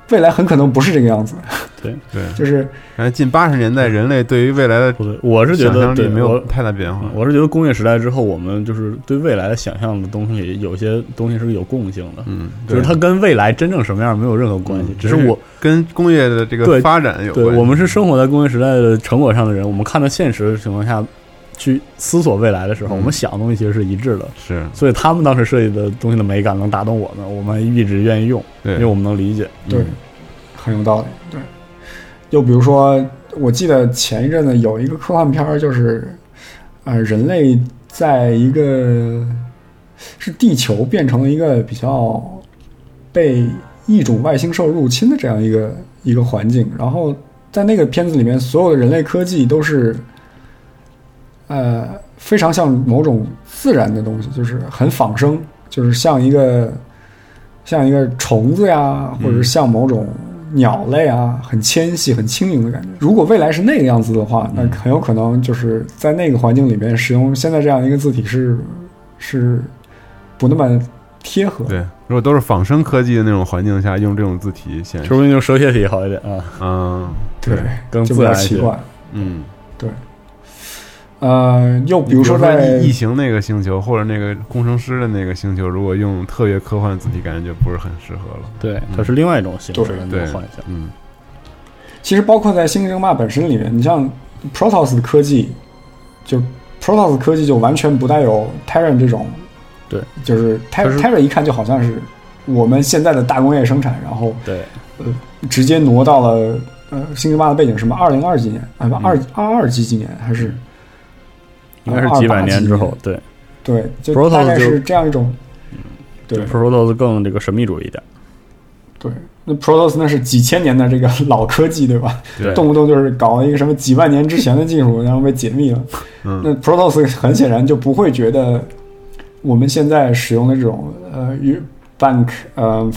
Speaker 8: 未来很可能不是这个样子。
Speaker 6: 对
Speaker 11: 对，
Speaker 8: 就是
Speaker 11: 近八十年代人类对于未来的，
Speaker 6: 我是觉得
Speaker 11: 没有太大变化。
Speaker 6: 我是觉得工业时代之后，我们就是对未来的想象的东西，有些东西是有共性的，
Speaker 11: 嗯，
Speaker 6: 就是它跟未来真正什么样没有任何关系，
Speaker 11: 嗯、
Speaker 6: 只是我
Speaker 11: 跟工业的这个发展有关系。
Speaker 6: 对，我们是生活在工业时代的成果上的人，我们看到现实的情况下去思索未来的时候，嗯、我们想的东西其实是一致的，
Speaker 11: 是，
Speaker 6: 所以他们当时设计的东西的美感能打动我们，我们一直愿意用，
Speaker 11: 对，
Speaker 6: 因为我们能理解，
Speaker 8: 对，嗯、很有道理，对。又比如说，我记得前一阵子有一个科幻片，就是呃，人类在一个是地球变成了一个比较被异种外星兽入侵的这样一个一个环境，然后在那个片子里面，所有的人类科技都是呃非常像某种自然的东西，就是很仿生，就是像一个像一个虫子呀，或者是像某种鸟类啊，很纤细很轻盈的感觉。如果未来是那个样子的话，那很有可能就是在那个环境里面使用现在这样一个字体是是不那么贴合。
Speaker 11: 对，如果都是仿生科技的那种环境下用这种字体显示，
Speaker 6: 说不定用手写体好一点啊。
Speaker 11: 嗯，
Speaker 8: 对，
Speaker 6: 更自然
Speaker 8: 奇怪。
Speaker 11: 嗯，
Speaker 8: 对。呃，又比如说在
Speaker 11: 异形那个星球，或者那个工程师的那个星球，如果用特别科幻的字体，感觉就不是很适合了。
Speaker 6: 对，它是另外一种形式的那种幻想。
Speaker 11: 嗯，
Speaker 8: 其实包括在《星际争霸》本身里面，你像 Protoss 的科技，就 Protoss 科技就完全不带有 Terran 这种，
Speaker 6: 对，
Speaker 8: 就是 Terran 一看就好像是我们现在的大工业生产，然后
Speaker 6: 对，
Speaker 8: 呃，直接挪到了呃《星际争霸》的背景，什么二零二几年啊，不二二二几几年还是？
Speaker 6: 应该是几百年之后，对，
Speaker 8: 对，就大概是这样一种，
Speaker 6: 对 ，Protoss 更这个神秘主义一点，
Speaker 8: 对，那 Protoss 那是几千年的这个老科技，对吧？
Speaker 6: 对，
Speaker 8: 动不动就是搞一个什么几万年之前的技术，然后被解密了。
Speaker 11: 嗯，
Speaker 8: 那 Protoss 很显然就不会觉得我们现在使用的这种呃 Bank 呃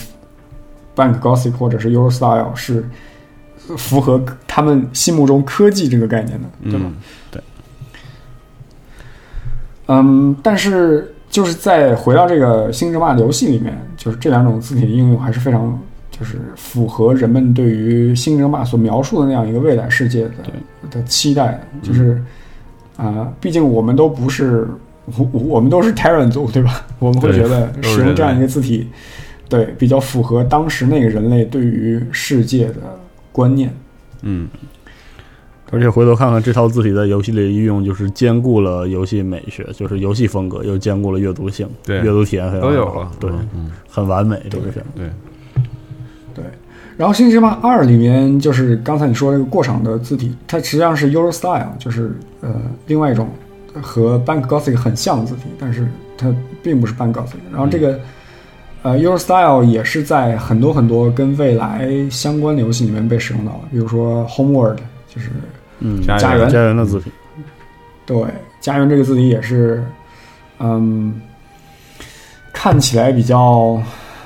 Speaker 8: Bank Gothic 或者是 Eurostyle 是符合他们心目中科技这个概念的，对吧？
Speaker 11: 嗯、
Speaker 6: 对。
Speaker 8: 嗯，但是就是在回到这个《星际争霸》游戏里面，就是这两种字体的应用还是非常就是符合人们对于《星际争霸》所描述的那样一个未来世界的的期待的。就是啊、呃，毕竟我们都不是我我们都是 Terran 族，对吧？我们会觉得使用这样一个字体，对，比较符合当时那个人类对于世界的观念。
Speaker 11: 嗯。
Speaker 6: 而且回头看看这套字体在游戏里的运用，就是兼顾了游戏美学，就是游戏风格，又兼顾了阅读性，
Speaker 11: 对，
Speaker 6: 阅读体验
Speaker 11: 都有了，
Speaker 6: 对，
Speaker 11: 嗯，
Speaker 6: 很完美这个片，
Speaker 11: 对，
Speaker 8: 对。然后《星际争霸二》里面，就是刚才你说那个过场的字体，它实际上是 Eurostyle， 就是呃另外一种和 Bank Gothic 很像的字体，但是它并不是 Bank Gothic。然后这个、嗯、呃 Eurostyle 也是在很多很多跟未来相关的游戏里面被使用到了，比如说 Homeworld， 就是。
Speaker 6: 嗯，
Speaker 8: 家园
Speaker 6: 家园的字体，
Speaker 8: 对，家园这个字体也是，嗯，看起来比较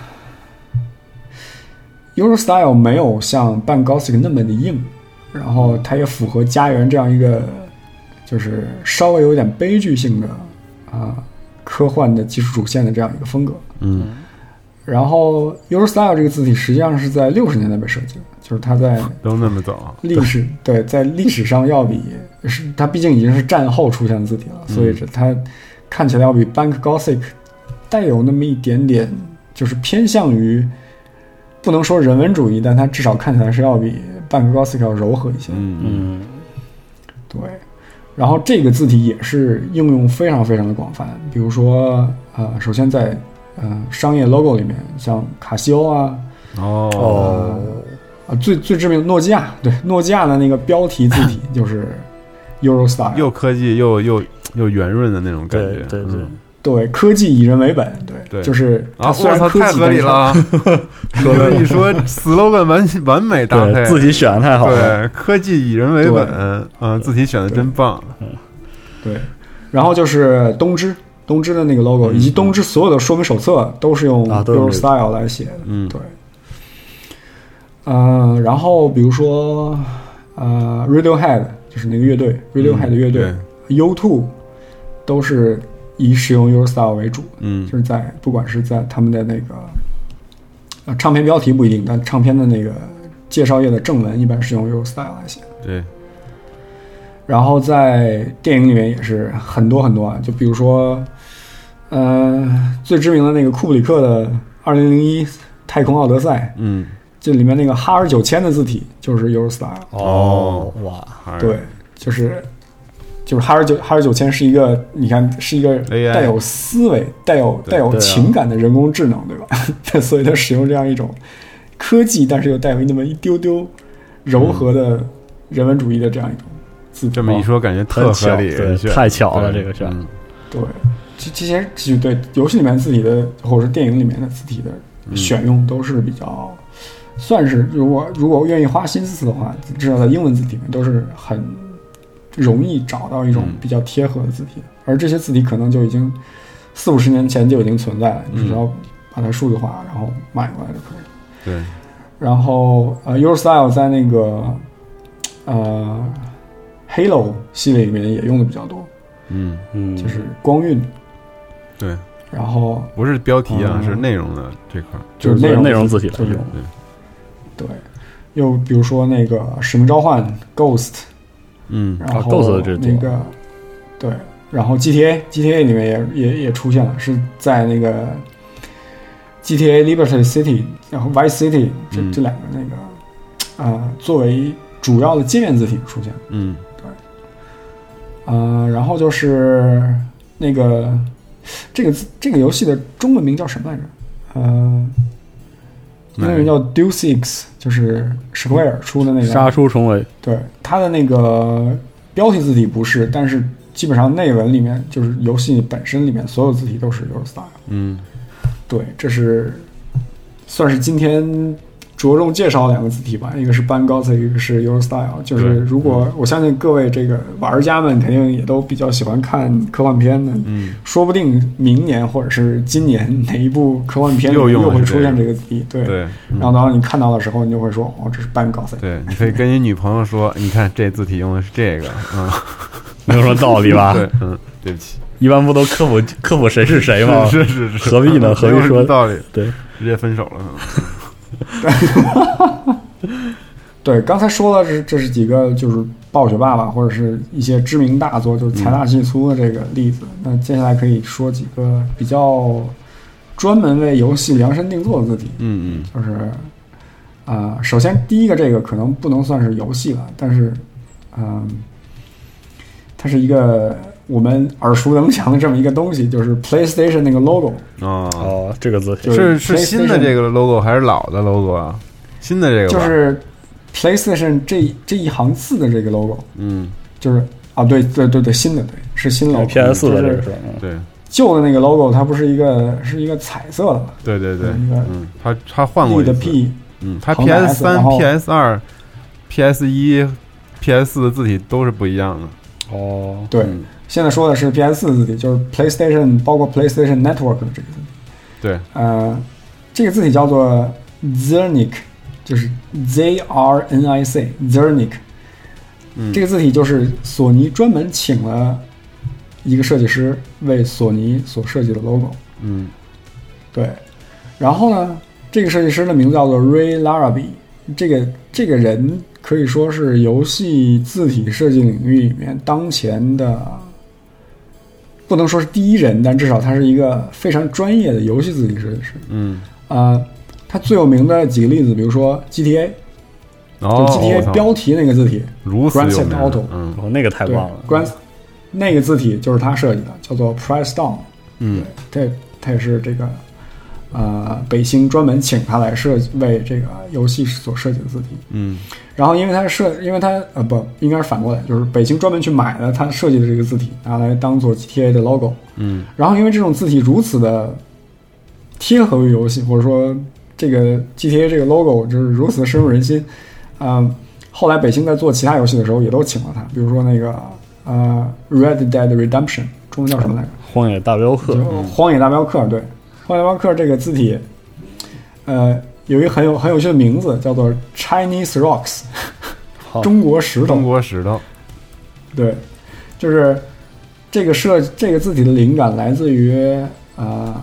Speaker 8: Eurostyle 没有像 Bank Gothic 那么的硬，然后它也符合家园这样一个就是稍微有点悲剧性的啊、呃、科幻的技术主线的这样一个风格。
Speaker 11: 嗯。
Speaker 8: 然后 Eurostyle 这个字体实际上是在六十年代被设计的，就是它在
Speaker 11: 都那么早，
Speaker 8: 历史 对, 对，在历史上要比是它毕竟已经是战后出现的字体了，
Speaker 11: 嗯、
Speaker 8: 所以它看起来要比 Bank Gothic 带有那么一点点，就是偏向于不能说人文主义，但它至少看起来是要比 Bank Gothic 要柔和一些。
Speaker 11: 嗯
Speaker 6: 嗯，
Speaker 8: 对。然后这个字体也是应用非常非常的广泛，比如说呃，首先在呃，商业 logo 里面，像卡西欧啊，
Speaker 11: 哦，
Speaker 8: 呃、最最知名诺基亚，对，诺基亚的那个标题字体就是 Eurostyle，
Speaker 11: 又科技又又又圆润的那种感觉，
Speaker 6: 对对对、
Speaker 11: 嗯、
Speaker 8: 对，科技以人为本，对
Speaker 11: 对，
Speaker 8: 就是
Speaker 11: 啊，
Speaker 8: 虽然科技
Speaker 11: 太合理了，说了一说 slogan 完完美搭配，
Speaker 6: 字体选的太好
Speaker 11: 了，对，科技以人为本，啊、呃，字体选的真棒，
Speaker 8: 对，对，然后就是东芝。东芝的那个 logo、嗯、以及东芝所有的说明手册都是用 Eurostyle 来写的，
Speaker 11: 嗯，
Speaker 8: 对。呃，然后比如说呃 Radiohead 就是那个乐队 Radiohead 的乐队、嗯、U 二 都是以使用 Eurostyle 为主，
Speaker 11: 嗯，
Speaker 8: 就是在不管是在他们的那个呃，唱片标题不一定，但唱片的那个介绍页的正文一般是用 Eurostyle 来写。
Speaker 11: 对。
Speaker 8: 然后在电影里面也是很多很多啊，就比如说，呃，最知名的那个库布里克的二零零一太空奥德赛，
Speaker 11: 嗯，
Speaker 8: 这里面那个哈尔九千的字体就是 Eurostyle。
Speaker 6: 哦，哇，
Speaker 8: 对，就是就是哈尔九哈尔九千是一个，你看是一个带有思维、带有带有情感的人工智能，对吧？所以它使用这样一种科技，但是又带有那么一丢丢柔和的人文主义的这样一种。
Speaker 11: 这么一说，感觉特合理，
Speaker 6: 对，太巧了，这个选。
Speaker 8: 对，这这些其实对游戏里面字体的，或者是电影里面的字体的选用，都是比较、嗯、算是，如果如果愿意花心思的话，至少在英文字体里面都是很容易找到一种比较贴合的字体。嗯、而这些字体可能就已经四五十年前就已经存在了，你只要把它数字化，然后买过来就可以了。
Speaker 11: 对。
Speaker 8: 然后呃 ，Eurostyle 在那个呃。Halo 系列里面也用的比较多，
Speaker 11: 嗯
Speaker 6: 嗯，
Speaker 8: 就是光晕，
Speaker 11: 对，
Speaker 8: 然后
Speaker 11: 不是标题啊，嗯、是内容的这块，
Speaker 8: 就是内容
Speaker 6: 内容字体来用，
Speaker 8: 对，对，又比如说那个使命召唤 Ghost，
Speaker 11: 嗯，
Speaker 8: 然后
Speaker 6: Ghost 这
Speaker 8: 那个对，然后 G T A G T A 里面也也也出现了，是在那个 G T A Liberty City， 然后 Vice City 这、嗯、这两个那个啊、呃、作为主要的界面字体出现，
Speaker 11: 嗯。
Speaker 8: 呃，然后就是那个这个这个游戏的中文名叫什么来着？呃，英文名叫 Deus Ex， 就是史克威尔出的那个
Speaker 6: 杀出重围。
Speaker 8: 对，它的那个标题字体不是，但是基本上内文里面就是游戏本身里面所有字体都是 Eurostyle。
Speaker 11: 嗯，
Speaker 8: 对，这是算是今天着重介绍两个字体吧，一个是 Banggood， 一个是 Eurostyle。就是如果我相信各位这个玩家们肯定也都比较喜欢看科幻片的，
Speaker 11: 嗯，
Speaker 8: 说不定明年或者是今年哪一部科幻片又又会出现这个字体，对
Speaker 11: 对。
Speaker 8: 然后当你看到的时候，你就会说哦，这是 Banggood。
Speaker 11: 对，你可以跟你女朋友说，你看这字体用的是这个，嗯，
Speaker 6: 没有什么道理吧？
Speaker 11: 对，嗯，对不起，
Speaker 6: 一般不都科普科普谁是谁吗？
Speaker 11: 是是是，
Speaker 6: 何必呢？何必说
Speaker 11: 道理？
Speaker 6: 对，
Speaker 11: 直接分手了。
Speaker 8: 对，刚才说的是这是几个就是暴雪爸爸或者是一些知名大作，就是财大气粗的这个例子。嗯、那接下来可以说几个比较专门为游戏量身定做的字体。
Speaker 11: 嗯嗯，
Speaker 8: 就是啊、呃，首先第一个这个可能不能算是游戏了，但是嗯、呃，它是一个我们耳熟能详的这么一个东西，就是 PlayStation 那个 logo。
Speaker 11: 哦
Speaker 6: 哦，这个字体
Speaker 11: 是是新的这个 logo 还是老的 logo 啊？新的这个
Speaker 8: 就是 PlayStation 这这一行字的这个 logo。
Speaker 11: 嗯，
Speaker 8: 就是啊，对对对对，新的对是新 logo。
Speaker 6: P S 四 的这个是
Speaker 11: 对。
Speaker 8: 旧的那个 logo 它不是一个是一个彩色的嘛？
Speaker 11: 对对对，
Speaker 8: 一个
Speaker 11: 嗯，它它换过一次。
Speaker 8: 的 P，
Speaker 11: 嗯，它 P S 三、P S 二、P S 一、P S 四的字体都是不一样的。
Speaker 8: 哦，对。嗯，现在说的是 P S 四 字体，就是 PlayStation 包括 PlayStation Network 的这个字体。
Speaker 11: 对，
Speaker 8: 呃，这个字体叫做 Zernic， 就是 Z R N I C Zernic。
Speaker 11: 嗯，
Speaker 8: 这个字体就是索尼专门请了一个设计师为索尼所设计的 logo。
Speaker 11: 嗯，
Speaker 8: 对。然后呢，这个设计师的名字叫做 Ray Larrabee。这个这个人可以说是游戏字体设计领域里面当前的，不能说是第一人，但至少他是一个非常专业的游戏字体设计师。
Speaker 11: 嗯，
Speaker 8: 啊、呃，他最有名的几个例子，比如说 G T A，
Speaker 11: 哦，
Speaker 8: 就 G T A 标题那个字体，
Speaker 11: 如此有名
Speaker 8: Grand Theft Auto，
Speaker 6: 嗯，哦，那个太棒了
Speaker 8: ，Grand 那个字体就是他设计的，叫做 Price Down。
Speaker 11: 嗯，
Speaker 8: 对，他他也是这个。呃，北星专门请他来设计为这个游戏所设计的字体。
Speaker 11: 嗯，
Speaker 8: 然后因为他设，因为他呃不应该是反过来，就是北星专门去买了他设计的这个字体，拿来当做 G T A 的 logo。
Speaker 11: 嗯，
Speaker 8: 然后因为这种字体如此的贴合于游戏，或者说这个 G T A 这个 logo 就是如此的深入人心，嗯、呃，后来北星在做其他游戏的时候也都请了他，比如说那个呃 Red Dead Redemption， 中文叫什么来着？
Speaker 6: 荒野大镖客。
Speaker 8: 嗯、荒野大镖客，对。荒野大镖客这个字体，呃，有一个很有很有趣的名字，叫做 Chinese Rocks， 中国石头。
Speaker 11: 中国石头，
Speaker 8: 对，就是这个设这个字体的灵感来自于啊、呃，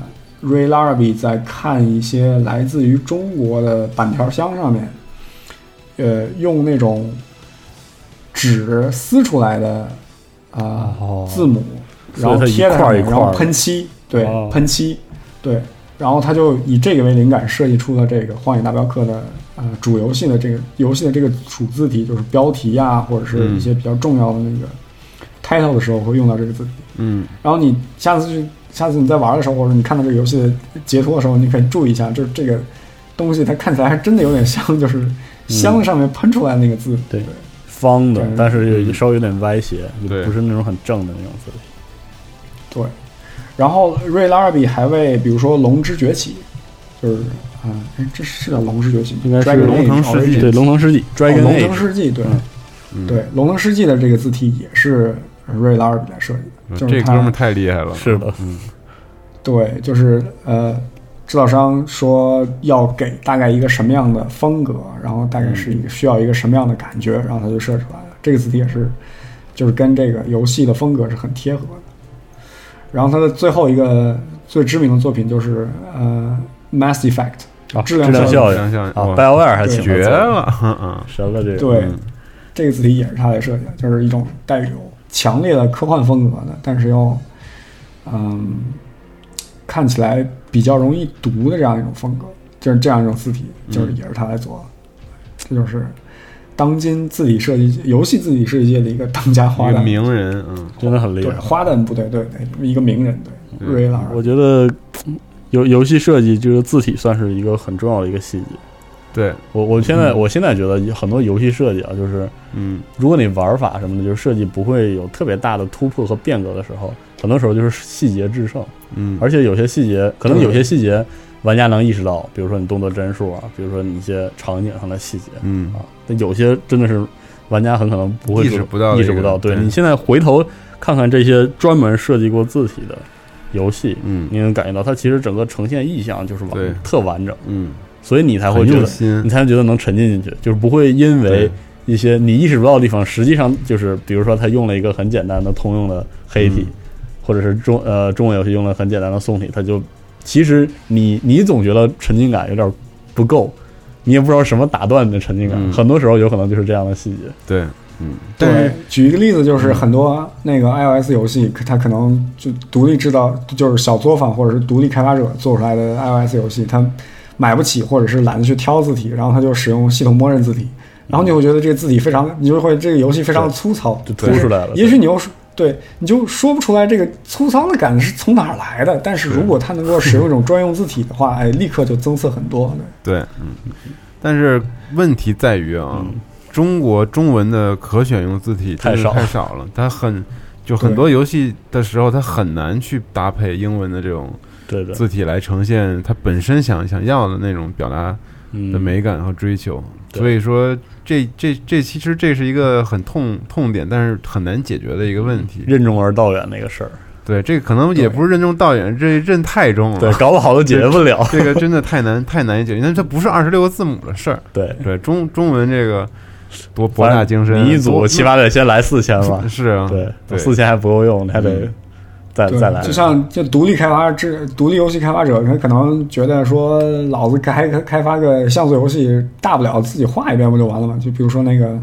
Speaker 8: Ray Larrabee 在看一些来自于中国的板条箱上面，呃，用那种纸撕出来的啊、呃哦、字母，然后贴在上面，然后喷漆，对，哦、喷漆，对，然后他就以这个为灵感设计出了这个《荒野大镖客》的呃主游戏的这个游戏的这个主字体，就是标题啊，或者是一些比较重要的那个 title 的时候会用到这个字体。嗯，然后你下次去。下次你在玩的时候，或者你看到这个游戏的截图的时候，你可以注意一下，就是这个东西它看起来还真的有点像，就是箱子上面喷出来的那个字，嗯、对，
Speaker 6: 方的，但是稍微有点歪斜，
Speaker 11: 对，
Speaker 6: 不是那种很正的那种字体。
Speaker 8: 对，然后瑞拉尔比还为比如说《龙之崛起》，就是啊，哎，这是叫《龙之崛起》，
Speaker 6: 应该是《
Speaker 11: 龙腾世纪》，
Speaker 6: 对，《龙腾世纪》
Speaker 8: ，Dragon Age，《龙腾世纪》，对，嗯、对，《龙腾世纪》的这个字体也是瑞拉尔比来设计的。就是
Speaker 11: 这哥们儿太厉害了，
Speaker 6: 是的，
Speaker 11: 嗯，
Speaker 8: 对，就是呃，制造商说要给大概一个什么样的风格，然后大概是一个需要一个什么样的感觉，然后他就设出来了。这个字体也是，就是跟这个游戏的风格是很贴合的。然后他的最后一个最知名的作品就是呃《Mass Effect》
Speaker 6: 啊，
Speaker 8: 质量
Speaker 6: 效
Speaker 11: 应
Speaker 6: 啊 ，BioWare 还挺
Speaker 11: 绝了，嗯，
Speaker 6: 神了这个。
Speaker 8: 对，这个字体也是他来设计的，就是一种带有强烈的科幻风格的，但是又嗯看起来比较容易读的这样一种风格，就是这样一种字体，就是也是他来做的。这、嗯、就是当今字体设计游戏字体设计界的一个当家花旦，
Speaker 11: 名人，嗯，
Speaker 6: 真的很厉害。
Speaker 8: 花旦不对，对对，一个名人，对，瑞拉。
Speaker 6: 我觉得游游戏设计这个字体算是一个很重要的一个细节。
Speaker 11: 对
Speaker 6: 我，我现在、嗯、我现在觉得很多游戏设计啊，就是
Speaker 11: 嗯，
Speaker 6: 如果你玩法什么的，就是设计不会有特别大的突破和变革的时候，很多时候就是细节制胜。
Speaker 11: 嗯，
Speaker 6: 而且有些细节，可能有些细节玩家能意识到，比如说你动作帧数啊，比如说你一些场景上的细节，
Speaker 11: 嗯
Speaker 6: 啊，但有些真的是玩家很可能不会
Speaker 11: 意识不到，
Speaker 6: 意识不到。对，你现在回头看看这些专门设计过字体的游戏，
Speaker 11: 嗯，
Speaker 6: 你能感觉到它其实整个呈现意象就是完特完整，
Speaker 11: 嗯。
Speaker 6: 所以你才会觉得，你才会觉得能沉浸进去，就是不会因为一些你意识不到的地方，实际上就是比如说他用了一个很简单的通用的黑体，
Speaker 11: 嗯、
Speaker 6: 或者是中呃中文游戏用了很简单的宋体，它就其实你你总觉得沉浸感有点不够，你也不知道什么打断你的沉浸感，
Speaker 11: 嗯、
Speaker 6: 很多时候有可能就是这样的细节。
Speaker 11: 对，嗯，
Speaker 8: 对。举一个例子，就是很多那个 iOS 游戏，它可能就独立制造，就是小作坊或者是独立开发者做出来的 iOS 游戏，它买不起，或者是懒得去挑字体，然后他就使用系统默认字体，然后你会觉得这个字体非常，你就会这个游戏非常的粗糙，
Speaker 6: 就凸出来了。
Speaker 8: 也许你又对，你就说不出来这个粗糙的感是从哪儿来的。但是如果他能够使用一种专用字体的话，哎，立刻就增色很多。
Speaker 11: 对，对，嗯。但是问题在于啊，嗯、中国中文的可选用字体真的太少了，它很就很多游戏的时候，它很难去搭配英文的这种。
Speaker 6: 对的，
Speaker 11: 字体来呈现它本身想想要的那种表达的美感和追求，
Speaker 6: 嗯、
Speaker 11: 所以说这这这其实这是一个很痛痛点，但是很难解决的一个问题。
Speaker 6: 任重而道远那个事儿，
Speaker 11: 对，这个可能也不是任重道远，这任太重了，
Speaker 6: 对，搞不好都解决不了。
Speaker 11: 这个真的太难太难解决，因为它不是二十六个字母的事儿。
Speaker 6: 对
Speaker 11: 对，中中文这个多博大精深，
Speaker 6: 你一组起码得先来四千吧？
Speaker 11: 是啊，
Speaker 6: 对，四千还不够用，你还得。嗯再再来，
Speaker 8: 就像就独立开发制独立游戏开发者，他可能觉得说，老子开开发个像素游戏，大不了自己画一遍不就完了吗？就比如说那个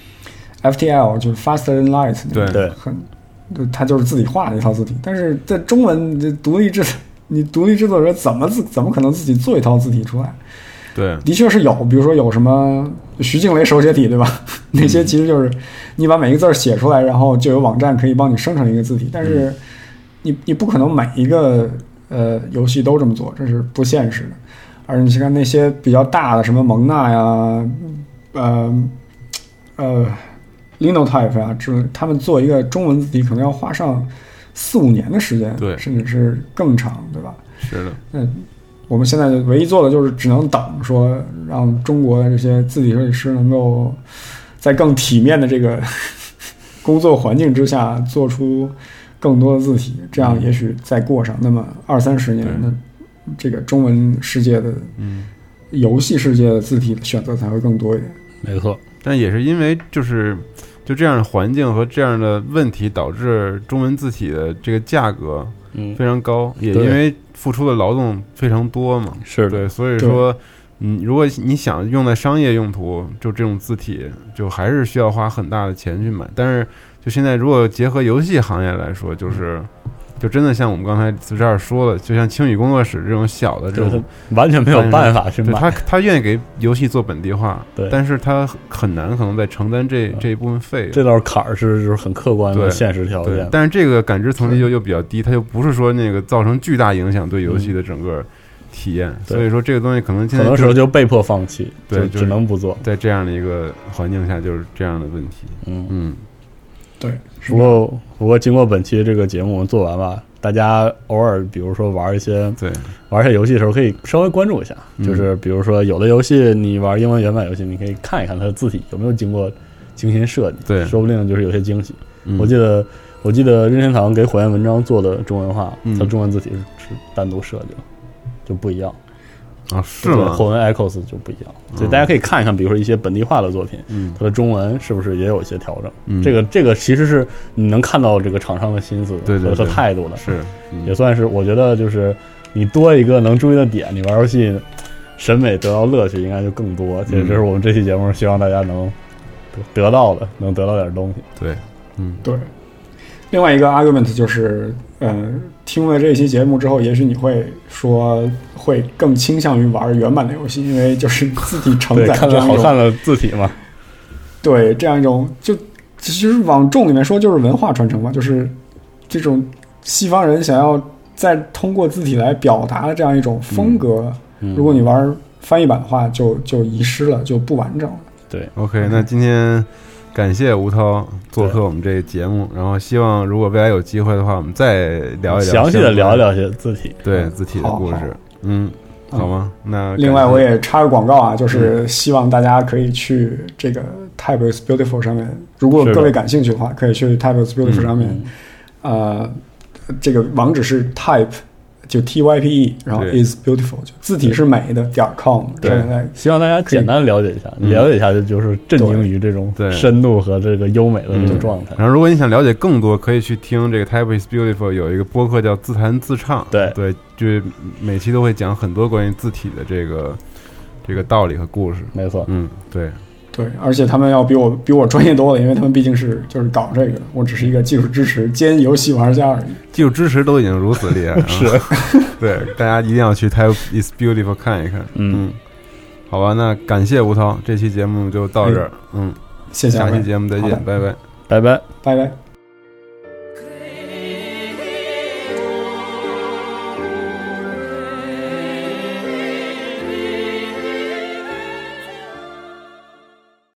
Speaker 8: F T L， 就是 Faster Than Light，
Speaker 11: 对
Speaker 6: 对，
Speaker 8: 很，他就是自己画的一套字体。但是在中文，这独立制你独立制作者怎么自怎么可能自己做一套字体出来？
Speaker 11: 对，
Speaker 8: 的确是有，比如说有什么徐静蕾手写体，对吧？那些其实就是你把每一个字写出来，然后就有网站可以帮你生成一个字体，但是。嗯你你不可能每一个呃游戏都这么做，这是不现实的。而你看那些比较大的什么蒙纳呀，呃呃 Linotype 啊之类，他们做一个中文字体可能要花上四五年的时间，
Speaker 11: 对，
Speaker 8: 甚至是更长，对吧？
Speaker 11: 是的。
Speaker 8: 嗯，我们现在唯一做的就是只能等，说让中国的这些字体设计师能够在更体面的这个工作环境之下做出。更多的字体，这样也许再过上那么二三十年，那这个中文世界的、
Speaker 11: 嗯、
Speaker 8: 游戏世界的字体的选择才会更多一点。
Speaker 6: 没错，
Speaker 11: 但也是因为就是就这样的环境和这样的问题，导致中文字体的这个价格
Speaker 6: 嗯，
Speaker 11: 非常高，也因为付出的劳动非常多嘛，
Speaker 6: 是
Speaker 11: 对，所以说，嗯，如果你想用在商业用途，就这种字体，就还是需要花很大的钱去买。但是，就现在如果结合游戏行业来说，就是。就真的像我们刚才四十二说的，就像青宇工作室这种小的这种，
Speaker 6: 完全没有办法去买。
Speaker 11: 他他愿意给游戏做本地化，
Speaker 6: 对，
Speaker 11: 但是他很难可能在承担这这一部分费用。
Speaker 6: 这道坎儿是就是很客观的现实条件。
Speaker 11: 但是这个感知层级又又比较低，它又不是说那个造成巨大影响对游戏的整个体验。
Speaker 6: 嗯、
Speaker 11: 所以说这个东西可能现在
Speaker 6: 很多时候就被迫放弃，
Speaker 11: 对，
Speaker 6: 就只能不做。
Speaker 11: 在这样的一个环境下，就是这样的问题。
Speaker 6: 嗯
Speaker 11: 嗯，
Speaker 8: 对。
Speaker 6: 不过不过经过本期这个节目我们做完吧。大家偶尔比如说玩一些
Speaker 11: 对
Speaker 6: 玩一些游戏的时候可以稍微关注一下、
Speaker 11: 嗯、
Speaker 6: 就是比如说有的游戏你玩英文原版游戏你可以看一看它的字体有没有经过精心设计，
Speaker 11: 对，
Speaker 6: 说不定就是有些惊喜、
Speaker 11: 嗯、
Speaker 6: 我记得我记得任天堂给火焰文章做的中文化、
Speaker 11: 嗯、
Speaker 6: 它中文字体是是单独设计的，就不一样
Speaker 11: 啊，是吗？
Speaker 6: 火纹 Echoes 就不一样，所以大家可以看一看，比如说一些本地化的作品，
Speaker 11: 嗯，
Speaker 6: 它的中文是不是也有一些调整？
Speaker 11: 嗯，
Speaker 6: 这个这个其实是你能看到这个厂商的心思
Speaker 11: 对对
Speaker 6: 和态度的，
Speaker 11: 是、
Speaker 6: 嗯，也算是我觉得就是你多一个能注意的点，你玩游戏审美得到乐趣应该就更多。其实这是我们这期节目希望大家能得到的，能得到点东西。
Speaker 11: 对，嗯，
Speaker 8: 对。另外一个 argument 就是，呃，听了这一期节目之后，也许你会说会更倾向于玩原版的游戏，因为就是字体承载
Speaker 6: 这样好看的字体嘛。
Speaker 8: 对，这样一种就其实往重里面说就是文化传承嘛，就是这种西方人想要再通过字体来表达的这样一种风格，
Speaker 6: 嗯、
Speaker 8: 如果你玩翻译版的话就，就就遗失了，就不完整了。
Speaker 6: 对
Speaker 11: ，OK， 那今天。感谢吴涛做客我们这个节目，然后希望如果未来有机会的话，我们再聊一聊
Speaker 6: 详细的聊一聊些字体，
Speaker 11: 对字体的故事。嗯，好吗？那
Speaker 8: 另外我也插个广告啊，就是希望大家可以去这个 Type is Beautiful 上面，如果各位感兴趣的话，可以去 Type is Beautiful 上面，
Speaker 6: 嗯、
Speaker 8: 呃，这个网址是 Type。就 T Y P E， 然后 is beautiful， 就字体是美的点 com。
Speaker 6: 对，希望大家简单了解一下，了解一下就就是震惊于这种深度和这个优美的这种状态。
Speaker 11: 然后，如果你想了解更多，可以去听这个 Type is Beautiful 有一个播客叫自弹自唱。
Speaker 6: 对
Speaker 11: 对，就每期都会讲很多关于字体的这个这个道理和故事。
Speaker 6: 没错，
Speaker 11: 嗯，对。
Speaker 8: 对，而且他们要比我比我专业多了，因为他们毕竟是就是搞这个的，我只是一个技术支持兼游戏玩家而已。
Speaker 11: 技术支持都已经如此厉害了，
Speaker 6: 是，
Speaker 11: 对，大家一定要去 Type is Beautiful 看一看。
Speaker 6: 嗯，
Speaker 11: 嗯好吧，那感谢吴涛，这期节目就到这儿。嗯，
Speaker 8: 谢谢，
Speaker 11: 下期节目再见，拜拜，
Speaker 6: 拜拜，
Speaker 8: 拜拜。